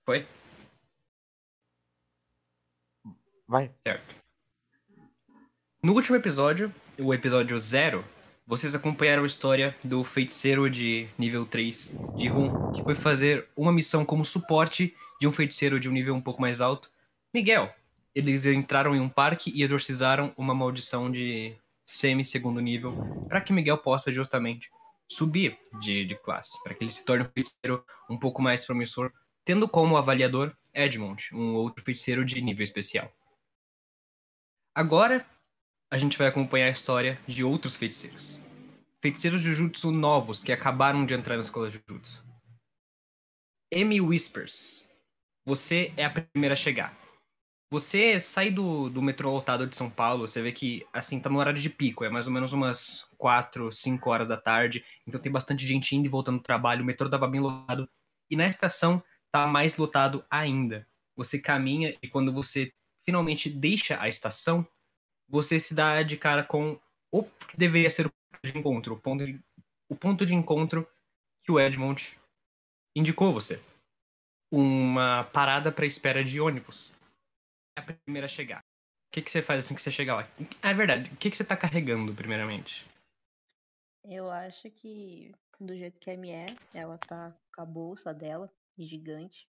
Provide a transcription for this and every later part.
Foi? Vai. Certo. No último episódio, o episódio 0, vocês acompanharam a história do feiticeiro de nível 3 de Rum, que foi fazer uma missão como suporte de um feiticeiro de um nível um pouco mais alto, Miguel. Eles entraram em um parque e exorcizaram uma maldição de semi-segundo nível para que Miguel possa justamente subir de classe, para que ele se torne um feiticeiro um pouco mais promissor, tendo como avaliador Edmund, um outro feiticeiro de nível especial. Agora, a gente vai acompanhar a história de outros feiticeiros. Feiticeiros de Jujutsu novos que acabaram de entrar na escola de Jujutsu. Amy Whispers. Você é a primeira a chegar. Você sai do metrô lotado de São Paulo, você vê que, assim, tá no horário de pico, é mais ou menos umas 4, 5 horas da tarde, então tem bastante gente indo e voltando do trabalho, o metrô tava bem lotado, e na estação tá mais lotado ainda. Você caminha e quando você finalmente deixa a estação, você se dá de cara com o que deveria ser o ponto de encontro, o ponto de encontro que o Edmond indicou você. Uma parada para espera de ônibus. É a primeira a chegar. O que você faz assim que você chega lá? É verdade, o que você tá carregando, primeiramente? Eu acho que do jeito que a Amy é, ela tá com a bolsa dela, gigante,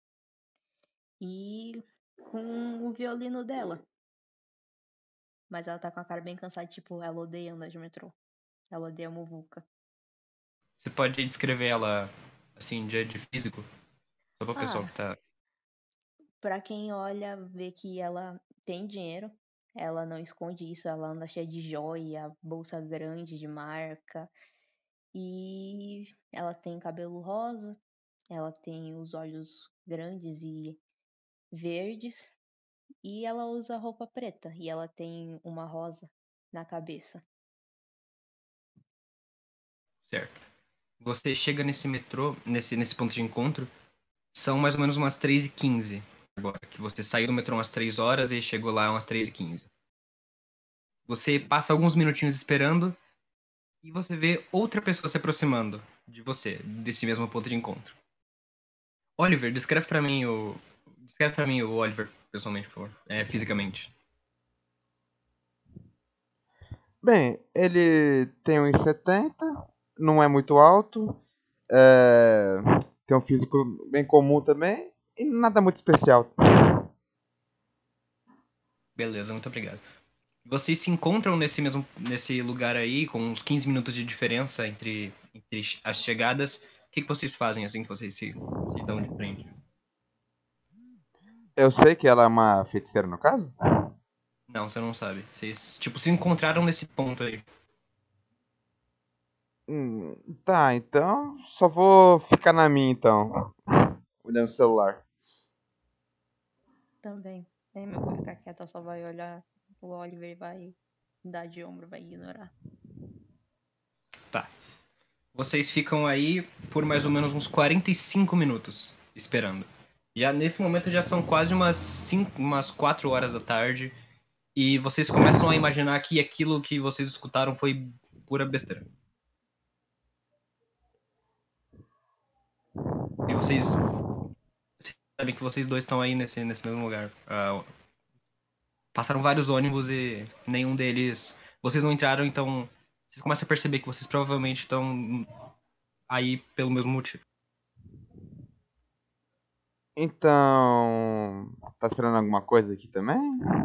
e com o violino dela. Mas ela tá com a cara bem cansada, tipo, ela odeia andar de metrô. Ela odeia a muvuca. Você pode descrever ela, assim, de físico? Só pra pessoal Ah, que tá... pra quem olha, vê que ela tem dinheiro. Ela não esconde isso, ela anda cheia de joia, bolsa grande de marca. E ela tem cabelo rosa, ela tem os olhos grandes e verdes. E ela usa roupa preta e ela tem uma rosa na cabeça. Certo. Você chega nesse metrô, nesse ponto de encontro, são mais ou menos umas 3h15 agora, que você saiu do metrô umas 3 horas e chegou lá umas 3h15. Você passa alguns minutinhos esperando e você vê outra pessoa se aproximando de você, desse mesmo ponto de encontro. Oliver, descreve para mim o Oliver pessoalmente, por favor, fisicamente. Bem, ele tem 1,70, não é muito alto, é, tem um físico bem comum também e nada muito especial. Beleza, muito obrigado. Vocês se encontram nesse lugar aí, com uns 15 minutos de diferença entre as chegadas. O que vocês fazem assim que vocês se dão de frente? Eu sei que ela é uma feiticeira no caso? Não, você não sabe. Vocês, tipo, se encontraram nesse ponto aí. Hum, tá, então só vou ficar na minha então, olhando o celular. Também. A Amy vai ficar quieta, só vai olhar o Oliver e vai dar de ombro, vai ignorar. Tá. Vocês ficam aí por mais ou menos uns 45 minutos esperando. Já nesse momento já são quase umas 4 horas da tarde e vocês começam a imaginar que aquilo que vocês escutaram foi pura besteira. E vocês sabem que vocês dois estão aí nesse mesmo lugar. Passaram vários ônibus e nenhum deles. Vocês não entraram, então vocês começam a perceber que vocês provavelmente estão aí pelo mesmo motivo. Então, tá esperando alguma coisa aqui também?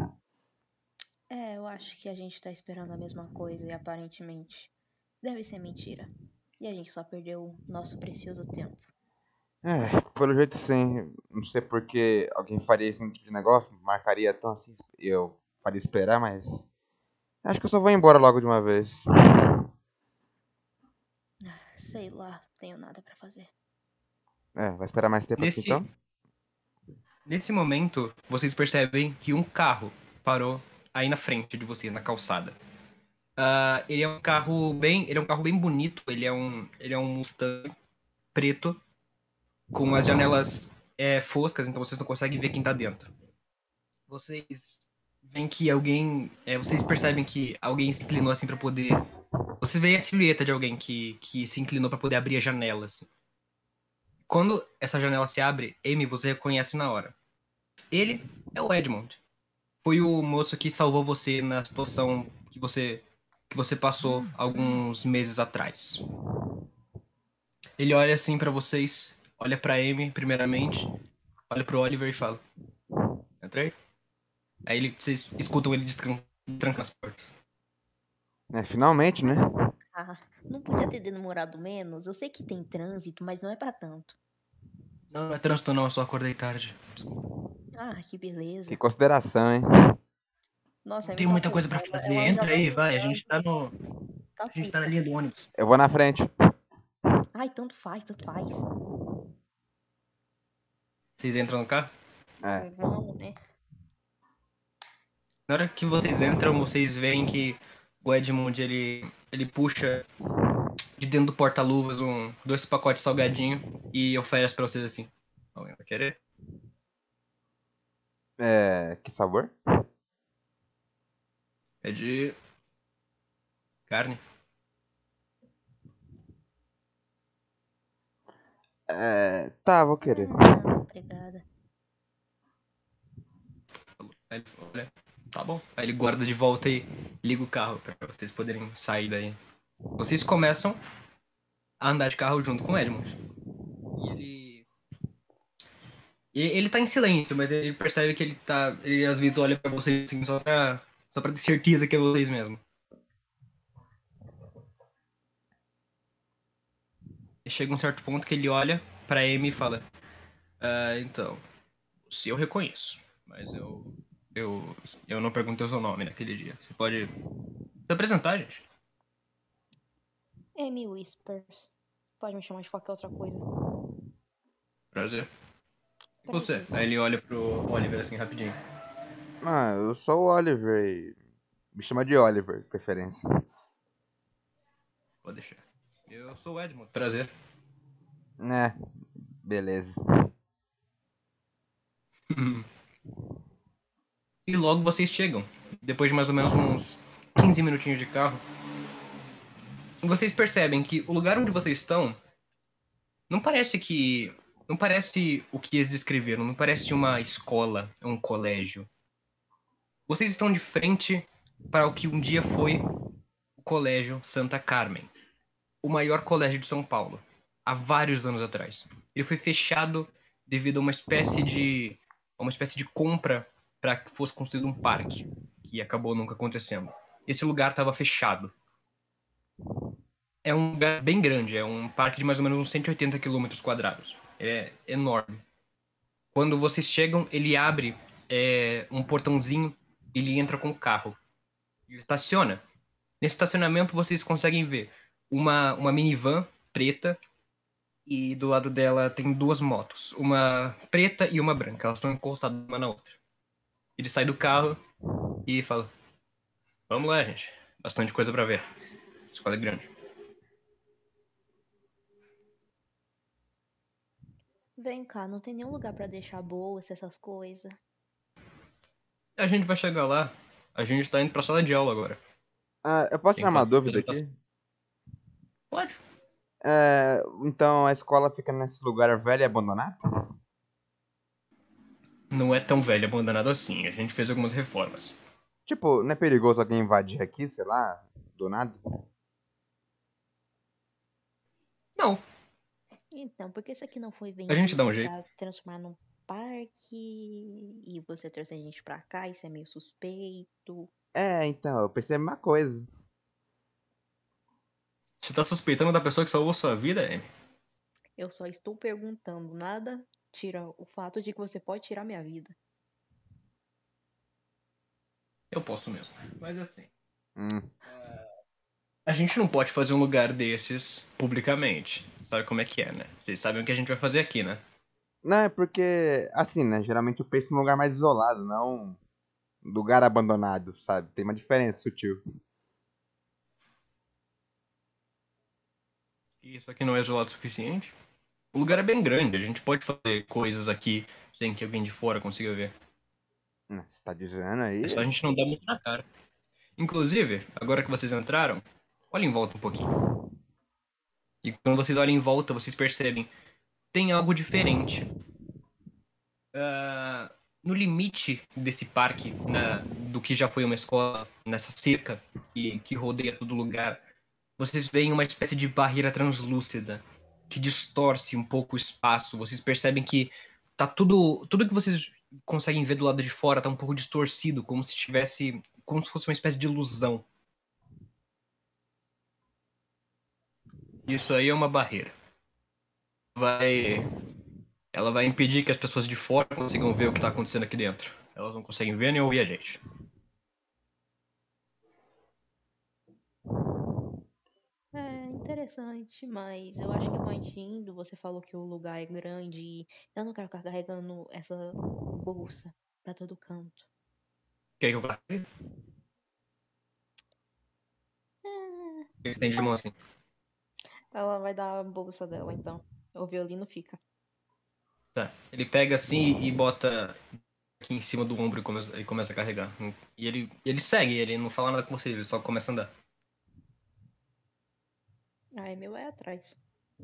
É, eu acho que a gente tá esperando a mesma coisa e aparentemente deve ser mentira. E a gente só perdeu o nosso precioso tempo. É, pelo jeito sim. Não sei por que alguém faria esse tipo de negócio, marcaria tão assim, eu faria esperar, mas acho que eu só vou embora logo de uma vez. Sei lá, tenho nada pra fazer. É, vai esperar mais tempo aqui Nesse, então? nesse momento, vocês percebem que um carro parou aí na frente de vocês, na calçada. Ele é um carro bem bonito. Ele é um Mustang preto com as janelas foscas, então vocês não conseguem ver quem tá dentro. Vocês veem que vocês percebem que alguém se inclinou assim pra poder. Vocês veem a silhueta de alguém que se inclinou pra poder abrir a janela, assim. Quando essa janela se abre, Amy, você reconhece na hora. Ele é o Edmund. Foi o moço que salvou você na situação que você passou alguns meses atrás. Ele olha assim pra vocês, olha pra Amy primeiramente, olha pro Oliver e fala: Entrei? Aí vocês escutam ele trancando as portas. Finalmente, né? Ah, não podia ter demorado menos? Eu sei que tem trânsito, mas não é pra tanto. Não, não é trânsito não, eu só acordei tarde. Desculpa. Ah, que Que beleza. consideração, hein? Nossa, Não é tenho muita muita coisa. coisa pra fazer. Ela já Entra vai aí, vai. A entrando, gente tá no. tá A gente tá na puta. linha do ônibus. Eu vou na frente. Ai, tanto faz, tanto faz. Vocês entram no carro? É. Vamos, né? Na hora que vocês entram, vocês veem que o Edmund ele puxa de dentro do porta-luvas dois pacotes de salgadinho e oferece pra vocês assim. Alguém vai querer? Que sabor? É de carne. Tá, vou querer. Não, obrigada. Aí ele olha, tá bom. Aí ele guarda de volta e liga o carro pra vocês poderem sair daí. Vocês começam a andar de carro junto com o Edmund. E ele tá em silêncio, mas ele percebe que ele tá. Ele às vezes olha pra vocês assim, só pra ter certeza que é vocês mesmo. E chega um certo ponto que ele olha pra Amy e fala: então, se eu reconheço, mas eu não perguntei o seu nome naquele dia. Você pode se apresentar, gente? Amy Whispers. Pode me chamar de qualquer outra coisa. Prazer. E você? Prazer. Aí ele olha pro Oliver assim rapidinho. Eu sou o Oliver e me chama de Oliver, de preferência. Pode deixar. Eu sou o Edmund. Prazer. Beleza. E logo vocês chegam. Depois de mais ou menos uns 15 minutinhos de carro. E vocês percebem que o lugar onde vocês estão não parece que. Não parece o que eles descreveram. Não parece uma escola, um colégio. Vocês estão de frente para o que um dia foi o Colégio Santa Carmen, o maior colégio de São Paulo, há vários anos atrás. Ele foi fechado devido a uma espécie de compra para que fosse construído um parque, que acabou nunca acontecendo. Esse lugar estava fechado. É um lugar bem grande, é um parque de mais ou menos uns 180 quilômetros quadrados. É enorme. Quando vocês chegam, ele abre um portãozinho, ele entra com o carro. Ele estaciona. Nesse estacionamento vocês conseguem ver uma minivan preta e do lado dela tem duas motos, uma preta e uma branca. Elas estão encostadas uma na outra. Ele sai do carro e fala: Vamos lá, gente. Bastante coisa pra ver. A escola é grande. Vem cá, não tem nenhum lugar pra deixar bolsa, essas coisas. A gente vai chegar lá. A gente tá indo pra sala de aula agora. Eu posso Tem tirar que uma fazer dúvida apresentação. aqui? Pode. Então a escola fica nesse lugar velho e abandonado? Não é tão velho abandonado assim. A gente fez algumas reformas. Tipo, não é perigoso alguém invadir aqui, sei lá, do nada? Não. Então, por que isso aqui não foi A gente dá vendido um jeito. pra transformar num parque e você trouxe a gente pra cá? Isso é meio suspeito. Então, eu pensei a mesma coisa. Você tá suspeitando da pessoa que salvou sua vida, Amy? Eu só estou perguntando, nada tira o fato de que você pode tirar minha vida. Eu posso mesmo. Mas assim. Hum. A gente não pode fazer um lugar desses publicamente. Sabe como é que é, né? Vocês sabem o que a gente vai fazer aqui, né? Não, é porque, assim, né? Geralmente eu penso num lugar mais isolado, não um lugar abandonado, sabe? Tem uma diferença sutil. E isso aqui não é isolado o suficiente. O lugar é bem grande, a gente pode fazer coisas aqui sem que alguém de fora consiga ver. Você tá dizendo É aí? só a gente não dar muito na cara. Inclusive, agora que vocês entraram, olhem em volta um pouquinho. E quando vocês olham em volta, vocês percebem tem algo diferente. No limite desse parque, do que já foi uma escola, nessa cerca que rodeia todo lugar, vocês veem uma espécie de barreira translúcida que distorce um pouco o espaço. Vocês percebem que tá tudo que vocês conseguem ver do lado de fora tá um pouco distorcido, como se fosse uma espécie de ilusão. Isso aí é uma barreira. Ela vai impedir que as pessoas de fora consigam ver o que tá acontecendo aqui dentro. Elas não conseguem ver nem ouvir a gente. É interessante, mas eu acho que eu entendo. Você falou que o lugar é grande e eu não quero ficar carregando essa bolsa pra todo canto. Quer que eu carregue? É, Ele estende a mão assim. ela vai dar a bolsa dela, então. O violino fica. Tá. Ele pega assim e bota aqui em cima do ombro e começa a carregar. E ele segue, ele não fala nada com você, ele só começa a andar. Ai, meu é atrás.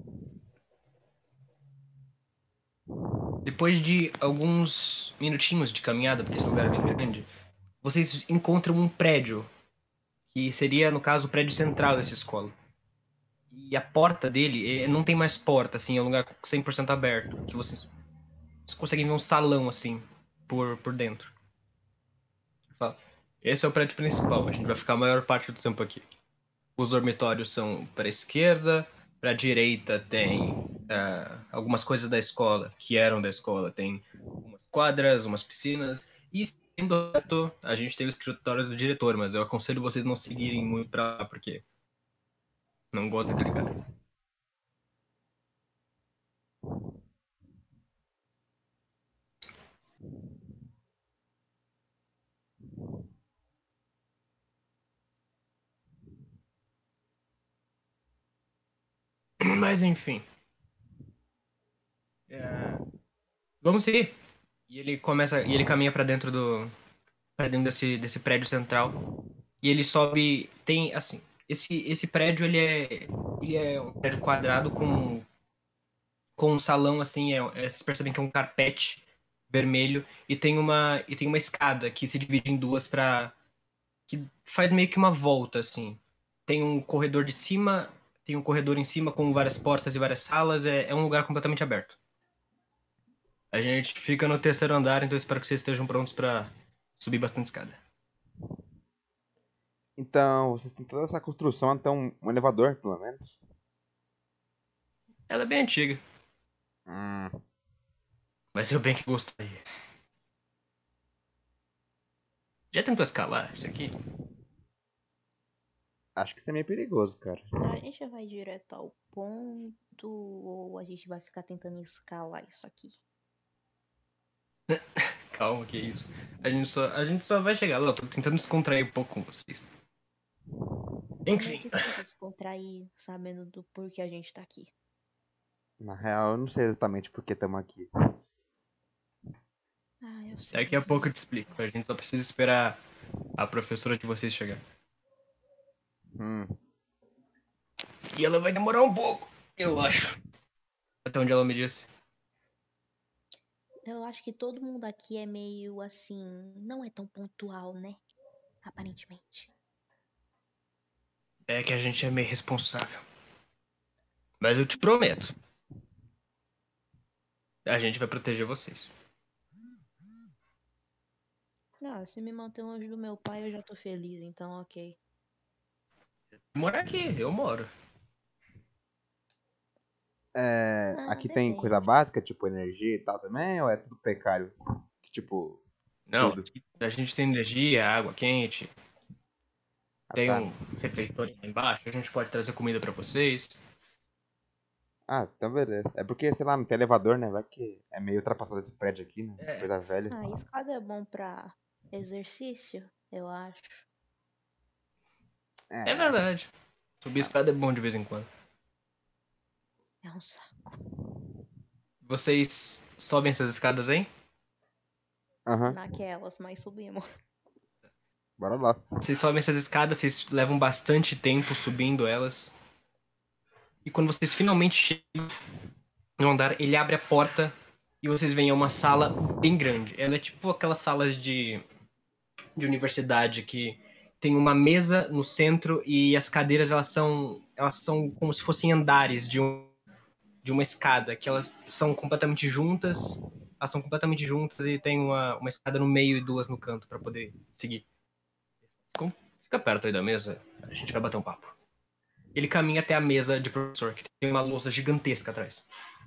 Depois de alguns minutinhos de caminhada, porque esse lugar é bem grande, vocês encontram um prédio, que seria, no caso, o prédio central dessa escola. E a porta dele não tem mais porta, assim, é um lugar 100% aberto, que vocês conseguem ver um salão, assim, por dentro. Fala, esse é o prédio principal, a gente vai ficar a maior parte do tempo aqui. Os dormitórios são para a esquerda, para a direita tem algumas coisas da escola, que eram da escola. Tem umas quadras, umas piscinas. E sendo reto, a gente tem o escritório do diretor, mas eu aconselho vocês não seguirem muito para lá, porque não gosto daquele cara. Mas enfim. É, vamos seguir. E ele caminha para dentro desse prédio central. E ele sobe, tem assim, esse prédio ele é um prédio quadrado com um salão assim, vocês percebem que é um carpete vermelho e tem uma escada que se divide em duas para que faz meio que uma volta assim. Tem um corredor de cima, tem um corredor em cima com várias portas e várias salas, é um lugar completamente aberto. A gente fica no terceiro andar, então eu espero que vocês estejam prontos para subir bastante escada. Então, vocês têm toda essa construção até um elevador, pelo menos. Ela é bem antiga, Hum, mas eu bem que gostaria. Já tentou escalar isso aqui? acho que isso é meio perigoso, cara. A gente vai direto ao ponto ou a gente vai ficar tentando escalar isso aqui? Calma, que isso. A gente só vai chegar lá. Eu tô tentando descontrair um pouco com vocês. É Enfim, meio difícil descontrair sabendo do porquê a gente tá aqui. Na real, eu não sei exatamente por que estamos aqui. Ah, eu sei. daqui a pouco eu te explico. A gente só precisa esperar a professora de vocês chegar. Hum, E ela vai demorar um pouco, eu acho. Até onde ela me disse. Eu acho que todo mundo aqui é meio assim, não é tão pontual, né? Aparentemente. É que a gente é meio responsável. Mas eu te prometo. A gente vai proteger vocês. Ah, se me manter longe do meu pai, eu já tô feliz, então ok. Mora aqui, eu moro. Ah, aqui tem coisa depende. básica, tipo energia e tal também, ou é tudo precário? Que, tipo, Não, tudo. aqui a gente tem energia, água quente, Ah, tem tá. um refeitório lá embaixo, a gente pode trazer comida pra vocês. Ah, então beleza. É porque, sei lá, não tem elevador, né? Vai que é meio ultrapassado esse prédio aqui, né? Essa É, coisa velha. Ah, escada é bom pra exercício, eu acho. é É. verdade. Subir escada é bom de vez em quando. É um saco. Vocês sobem essas escadas, hein? Aham, Naquelas, mas subimos. bora lá. Vocês sobem essas escadas, vocês levam bastante tempo subindo elas. E quando vocês finalmente chegam no andar, ele abre a porta e vocês veem uma sala bem grande. Ela é tipo aquelas salas de universidade que tem uma mesa no centro e as cadeiras elas são como se fossem andares de uma escada, que elas são completamente juntas. Elas são completamente juntas e tem uma escada no meio e duas no canto para poder seguir. Fica perto aí da mesa, a gente vai bater um papo. Ele caminha até a mesa de professor, que tem uma lousa gigantesca atrás.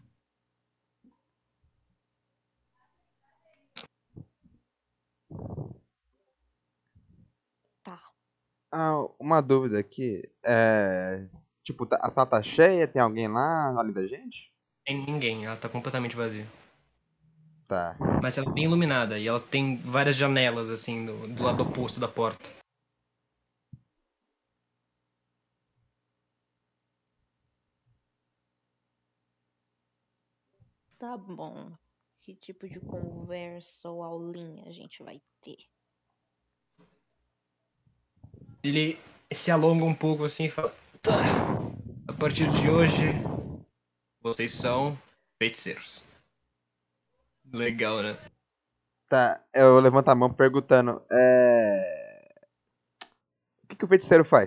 Tá. Uma dúvida aqui. Tipo, a sala tá cheia? Tem alguém lá além da gente? Tem ninguém, ela tá completamente vazia. Tá. Mas ela é bem iluminada e ela tem várias janelas, assim, do lado oposto da porta. Tá bom. Que tipo de conversa ou aulinha a gente vai ter? Ele se alonga um pouco assim e fala: Tá, a partir de hoje, vocês são feiticeiros. Legal, né? Tá, eu levanto a mão perguntando. O que o feiticeiro faz?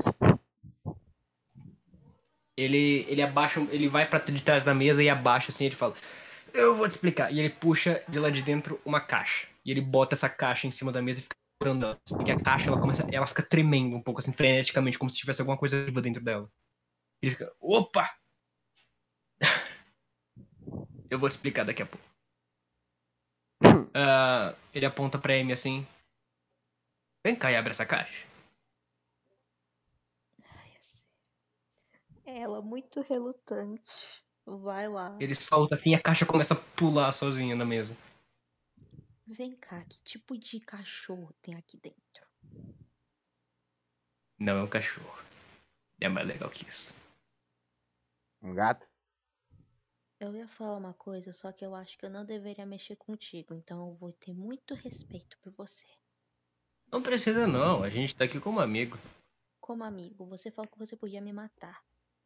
Ele abaixa, ele vai pra de trás da mesa e abaixa assim, ele fala: Eu vou te explicar. E ele puxa de lá de dentro uma caixa. E ele bota essa caixa em cima da mesa e fica segurando ela. Assim, que a caixa ela fica tremendo um pouco assim, freneticamente, como se tivesse alguma coisa viva dentro dela. Ele fica: Opa! Eu vou te explicar daqui a pouco. Ele aponta pra Amy assim: Vem cá e abre essa caixa. Ela muito relutante. Vai lá. Ele solta assim e a caixa começa a pular sozinha na mesa. Vem cá, que tipo de cachorro tem aqui dentro? Não é um cachorro. É mais legal que isso. Um gato? Eu ia falar uma coisa, só que eu acho que eu não deveria mexer contigo, então eu vou ter muito respeito por você. Não precisa não, a gente tá aqui como amigo. Como amigo, você falou que você podia me matar.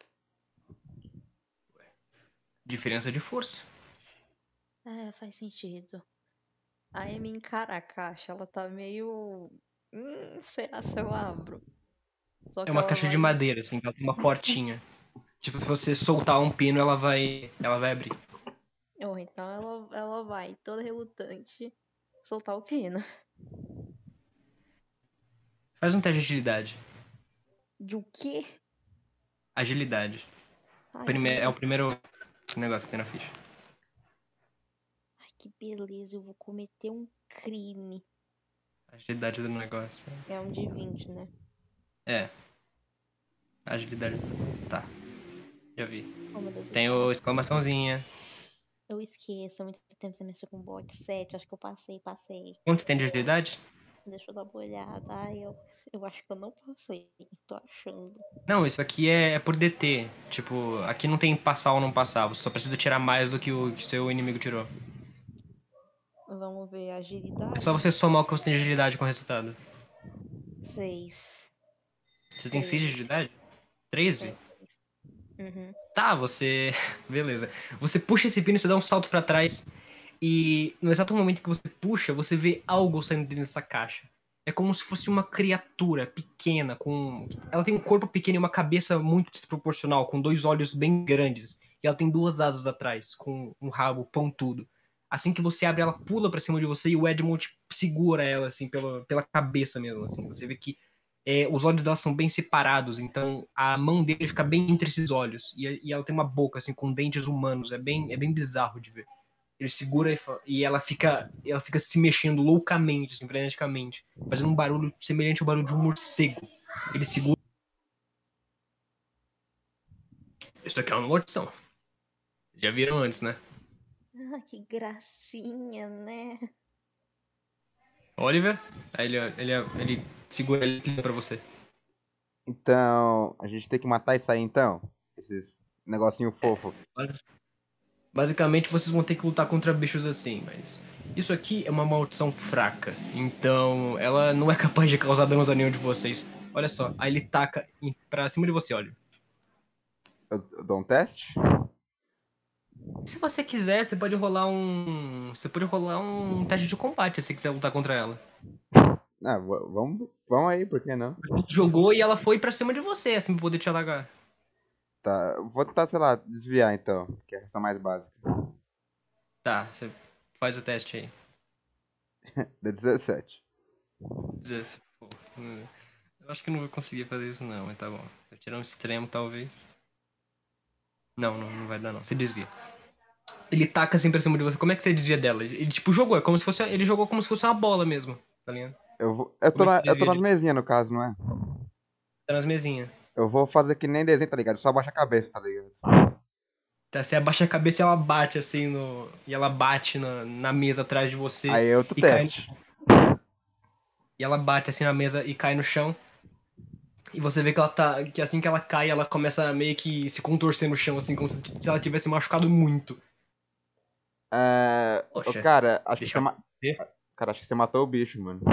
Diferença de força. É, faz sentido. A Amy encara a caixa, ela tá meio. Será se eu abro? Só É que uma ela caixa de vai. madeira, assim, ela tem uma portinha. Tipo, se você soltar um pino, ela vai abrir. Ou então ela vai, toda relutante, soltar o pino. Faz um teste de agilidade. De o quê? Agilidade. Ai, meu É o Deus. primeiro negócio que tem na ficha. Ai, que beleza, eu vou cometer um crime. Agilidade do negócio. É um de 20, né? É, agilidade. Tá, já vi. Oh, meu Deus, Tem o tá. exclamaçãozinha. Eu esqueço, há muito tempo você mexeu com bot 7, acho que eu passei. Quanto tem de agilidade? Deixa eu dar uma olhada. Ai, eu acho que eu não passei, tô achando. Não, isso aqui é por DT. Tipo, aqui não tem passar ou não passar. Você só precisa tirar mais do que o que seu inimigo tirou. Vamos ver, É só agilidade. você somar o que você tem de agilidade com o resultado. 6. Você tem 6 de 13. agilidade? 13? Tenho 6. Uhum. Tá, você. Beleza. Você puxa esse pino, você dá um salto pra trás. E no exato momento que você puxa, você vê algo saindo dessa caixa. É como se fosse uma criatura pequena, com. Ela tem um corpo pequeno e uma cabeça muito desproporcional, com dois olhos bem grandes. E ela tem duas asas atrás, com um rabo pontudo. Assim que você abre, ela pula pra cima de você e o Edmund segura ela, assim, pela cabeça mesmo. Assim. Você vê que os olhos dela são bem separados, então a mão dele fica bem entre esses olhos. E ela tem uma boca, assim, com dentes humanos. É bem bizarro de ver. Ele segura e ela fica se mexendo loucamente, assim, freneticamente, fazendo um barulho semelhante ao barulho de um morcego. Ele segura. Isso aqui é uma maldição. Já viram antes, né? Ah, que gracinha, né? Oliver, aí ele segura ele pra você. Então, a gente tem que matar isso aí então? Esses negocinho fofo. Mas, basicamente, vocês vão ter que lutar contra bichos assim, mas isso aqui é uma maldição fraca, então ela não é capaz de causar danos a nenhum de vocês. Olha só, aí ele taca pra cima de você, olha. Eu dou um teste? Se você quiser, você pode rolar um. Você pode rolar um teste de combate se quiser lutar contra ela. Ah, vamos aí, por que não? A gente jogou e ela foi pra cima de você, assim, pra poder te alagar. Tá, vou tentar, sei lá, desviar então, que é a reação mais básica. Tá, você faz o teste aí. Deu 17. 16. Pô, eu acho que eu não vou conseguir fazer isso não, mas tá bom. Vou tirar um extremo, talvez. Não vai dar não. Você desvia. Ele taca assim pra cima de você. Como é que você desvia dela? Ele tipo jogou, é como se fosse. Ele jogou como se fosse uma bola mesmo, tá ligado? Eu tô, Como é que você eu tô desvia nas disso? mesinhas, no caso, não é? Tá nas mesinhas. Eu vou fazer que nem desenho, tá ligado? Só abaixa a cabeça, tá ligado? Tá, você abaixa a cabeça e ela bate assim no. E ela bate na mesa atrás de você Aí é outro e cai. teste. E ela bate assim na mesa e cai no chão. E você vê que ela tá. Que assim que ela cai, ela começa a meio que se contorcer no chão, assim, como se ela tivesse machucado muito. Ô, Poxa, cara, acho que deixa você eu ver. Cara, acho que você matou o bicho, mano.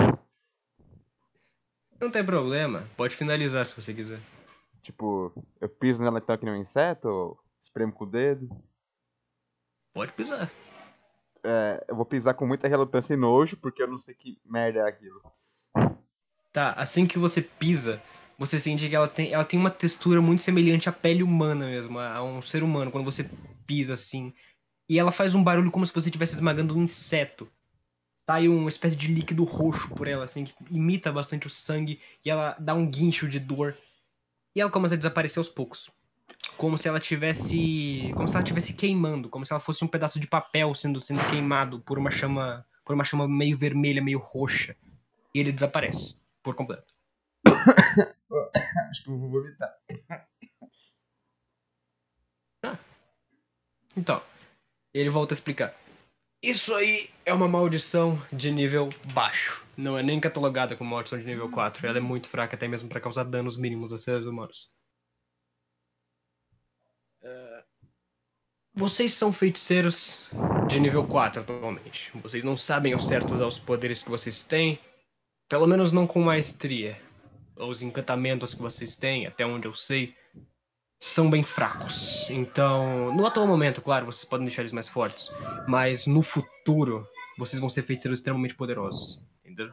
Não tem problema. Pode finalizar se você quiser. Tipo, eu piso nela então que nem um inseto, ou espremo com o dedo. Pode pisar. Eu vou pisar com muita relutância e nojo, porque eu não sei que merda é aquilo. Tá, assim que você pisa, você sente que ela tem uma textura muito semelhante à pele humana mesmo, a um ser humano, quando você pisa assim. E ela faz um barulho como se você estivesse esmagando um inseto. Sai uma espécie de líquido roxo por ela, assim, que imita bastante o sangue, e ela dá um guincho de dor. E ela começa a desaparecer aos poucos. Como se ela tivesse. Como se ela tivesse queimando, como se ela fosse um pedaço de papel sendo queimado por uma chama. Por uma chama meio vermelha, meio roxa. E ele desaparece por completo. Acho que eu vou vomitar. Então, ele volta a explicar. Isso aí é uma maldição de nível baixo. Não é nem catalogada como maldição de nível 4. Ela é muito fraca até mesmo para causar danos mínimos a seres humanos. Vocês são feiticeiros de nível 4 atualmente. Vocês não sabem ao certo usar os poderes que vocês têm, pelo menos não com maestria. Os encantamentos que vocês têm, até onde eu sei, são bem fracos. Então, no atual momento, claro, vocês podem deixar eles mais fortes, mas no futuro, vocês vão ser feiticeiros extremamente poderosos. Entendeu?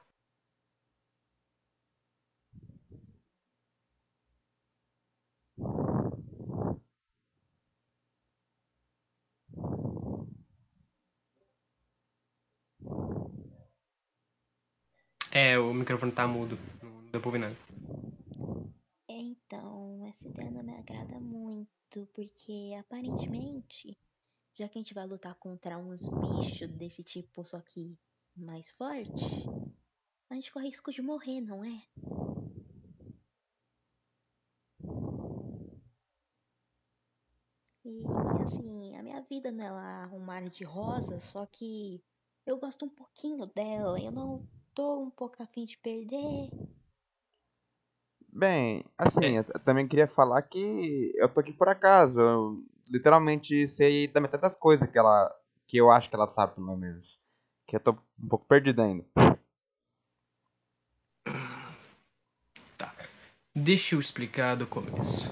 É, o microfone tá mudo. Não deu pra ouvir nada. Então, essa ideia não me agrada muito, porque aparentemente, já que a gente vai lutar contra uns bichos desse tipo, só que mais forte, a gente corre risco de morrer, não é? E assim, a minha vida não é lá um mar de rosas, só que eu gosto um pouquinho dela, eu não tô um pouco a fim de perder. Bem, assim, É, eu também queria falar que eu tô aqui por acaso. Eu literalmente sei da metade das coisas que eu acho que ela sabe, pelo menos. Que eu tô um pouco perdido ainda. tá. Deixa eu explicar do começo.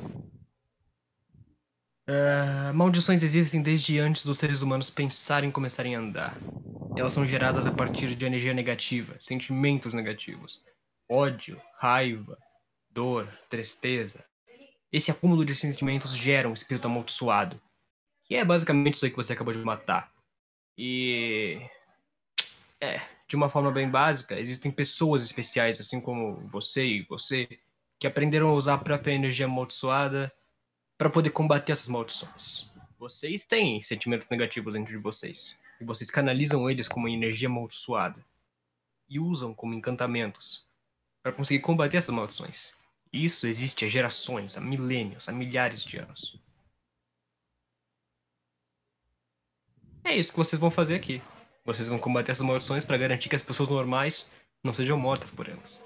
Maldições existem desde antes dos seres humanos pensarem em começarem a andar. Elas são geradas a partir de energia negativa, sentimentos negativos. Ódio, raiva, dor, tristeza. Esse acúmulo de sentimentos gera um espírito amaldiçoado, que é basicamente isso aí que você acabou de matar. E de uma forma bem básica, existem pessoas especiais, assim como você e você, que aprenderam a usar a própria energia amaldiçoada para poder combater essas maldições. Vocês têm sentimentos negativos dentro de vocês, e vocês canalizam eles como energia amaldiçoada e usam como encantamentos para conseguir combater essas maldições. Isso existe há gerações, há milênios, há milhares de anos. É isso que vocês vão fazer aqui. Vocês vão combater essas maldições para garantir que as pessoas normais não sejam mortas por elas.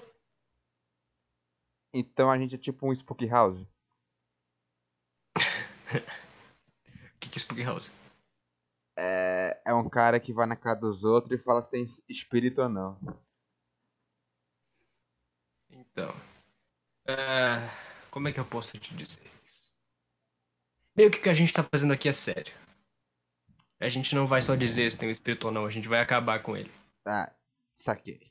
Então a gente é tipo um Spook House. O que é Spook House? É um cara que vai na casa dos outros e fala se tem espírito ou não. Então, como é que eu posso te dizer isso? Bem, o que a gente tá fazendo aqui é sério. A gente não vai só dizer se tem um espírito ou não, a gente vai acabar com ele. Ah, saquei.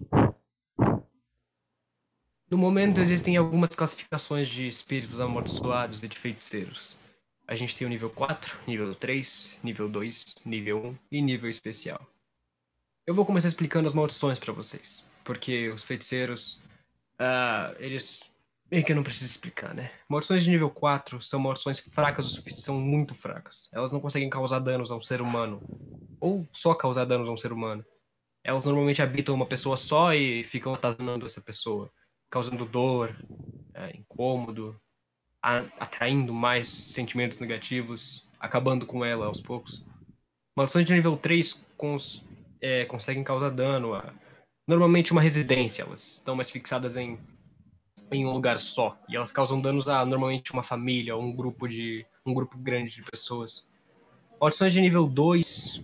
No momento, existem algumas classificações de espíritos amaldiçoados e de feiticeiros. A gente tem o nível 4, nível 3, nível 2, nível 1 e nível especial. Eu vou começar explicando as maldições para vocês, porque os feiticeiros, eles meio que eu não preciso explicar, né? Maldições de nível 4 são maldições fracas o suficiente, são muito fracas. Elas não conseguem causar danos a um ser humano, ou só causar danos a um ser humano. Elas normalmente habitam uma pessoa só e ficam atazanando essa pessoa, causando dor, incômodo, atraindo mais sentimentos negativos, acabando com ela aos poucos. Maldições de nível 3 conseguem causar dano a normalmente uma residência. Elas estão mais fixadas em um lugar só. E elas causam danos a normalmente uma família ou um grupo grande de pessoas. Maldições de nível 2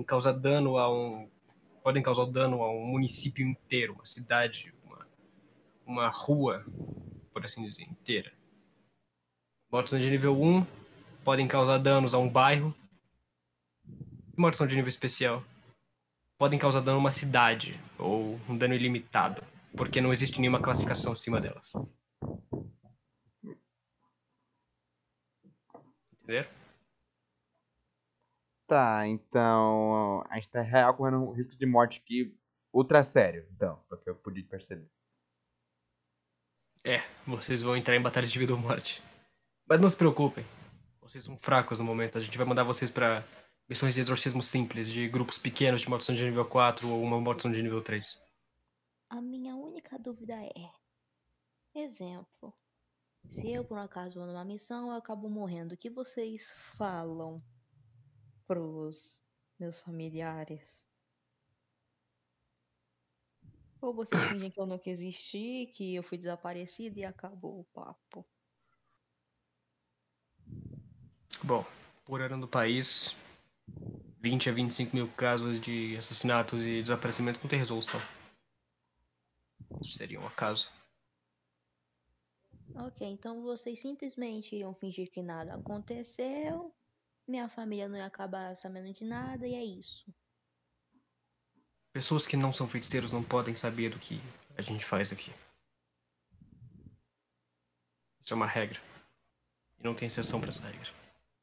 podem causar dano a um município inteiro, uma cidade, uma rua, por assim dizer, inteira. Maldições de nível 1 podem causar danos a um bairro. E maldição de nível especial podem causar dano a uma cidade, ou um dano ilimitado, porque não existe nenhuma classificação acima delas. Entender? Tá, então a gente tá real correndo um risco de morte aqui ultra sério, então, pelo que eu pude perceber. Vocês vão entrar em batalhas de vida ou morte. Mas não se preocupem, vocês são fracos no momento. A gente vai mandar vocês para missões de exorcismo simples, de grupos pequenos de maldição de nível 4 ou uma maldição de nível 3. A minha única dúvida é, exemplo, se eu por um acaso vou numa missão, eu acabo morrendo, o que vocês falam pros meus familiares? Ou vocês fingem que eu nunca existi, que eu fui desaparecida e acabou o papo? Bom, por ano no país, 20 a 25 mil casos de assassinatos e desaparecimentos não tem resolução. Isso seria um acaso. Ok, então vocês simplesmente iriam fingir que nada aconteceu, minha família não ia acabar sabendo de nada e é isso. Pessoas que não são feiticeiros não podem saber do que a gente faz aqui. Isso é uma regra. E não tem exceção para essa regra.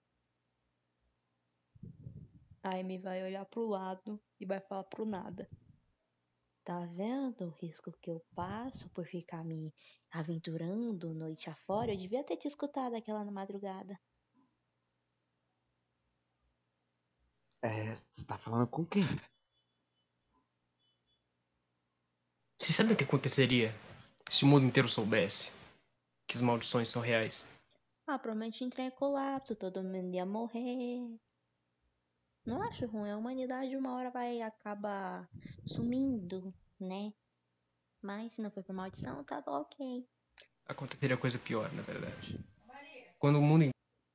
A Amy vai olhar pro lado e vai falar pro nada. Tá vendo o risco que eu passo por ficar me aventurando noite afora? Eu devia ter te escutado aquela na madrugada. Você tá falando com quem? Você sabe o que aconteceria se o mundo inteiro soubesse que as maldições são reais? Ah, provavelmente entrar em colapso, todo mundo ia morrer. Não acho ruim, a humanidade uma hora vai acabar sumindo, né? Mas se não for por maldição, tava ok. Aconteceria coisa pior, na verdade. Quando o mundo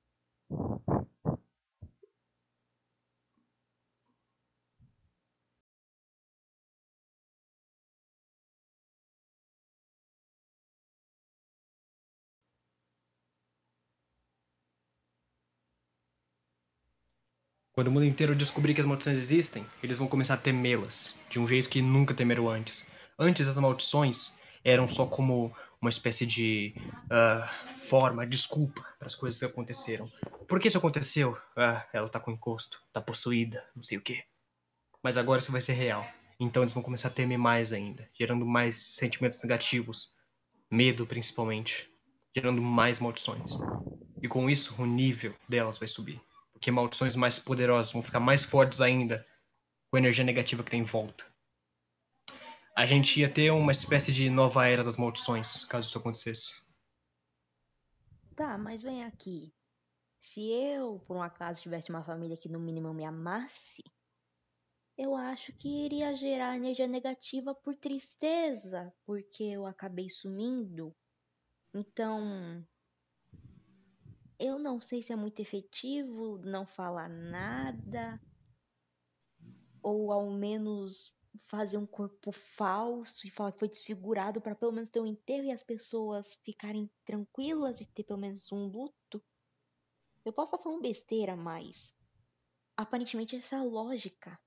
Quando o mundo inteiro descobrir que as maldições existem, eles vão começar a temê-las, de um jeito que nunca temeram antes. Antes, as maldições eram só como uma espécie de forma, desculpa para as coisas que aconteceram. Por que isso aconteceu? Ela tá com encosto, tá possuída, não sei o quê. Mas agora isso vai ser real. Então eles vão começar a temer mais ainda, gerando mais sentimentos negativos, medo principalmente, gerando mais maldições. E com isso, o nível delas vai subir. Porque maldições mais poderosas vão ficar mais fortes ainda com a energia negativa que tem em volta. A gente ia ter uma espécie de nova era das maldições, caso isso acontecesse. Tá, mas vem aqui. Se eu, por um acaso, tivesse uma família que no mínimo me amasse, eu acho que iria gerar energia negativa por tristeza, porque eu acabei sumindo. Então, eu não sei se é muito efetivo não falar nada, ou ao menos fazer um corpo falso e falar que foi desfigurado para pelo menos ter um enterro e as pessoas ficarem tranquilas e ter pelo menos um luto. Eu posso estar falando besteira, mas aparentemente essa é a lógica.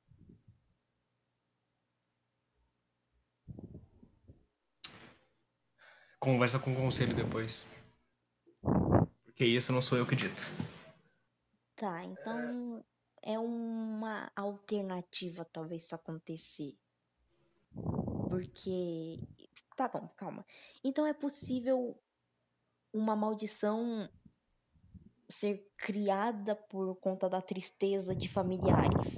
Conversa com o conselho depois. Porque isso não sou eu que dito. Tá, então é uma alternativa talvez isso acontecer. Porque. Tá bom, calma. Então é possível uma maldição ser criada por conta da tristeza de familiares.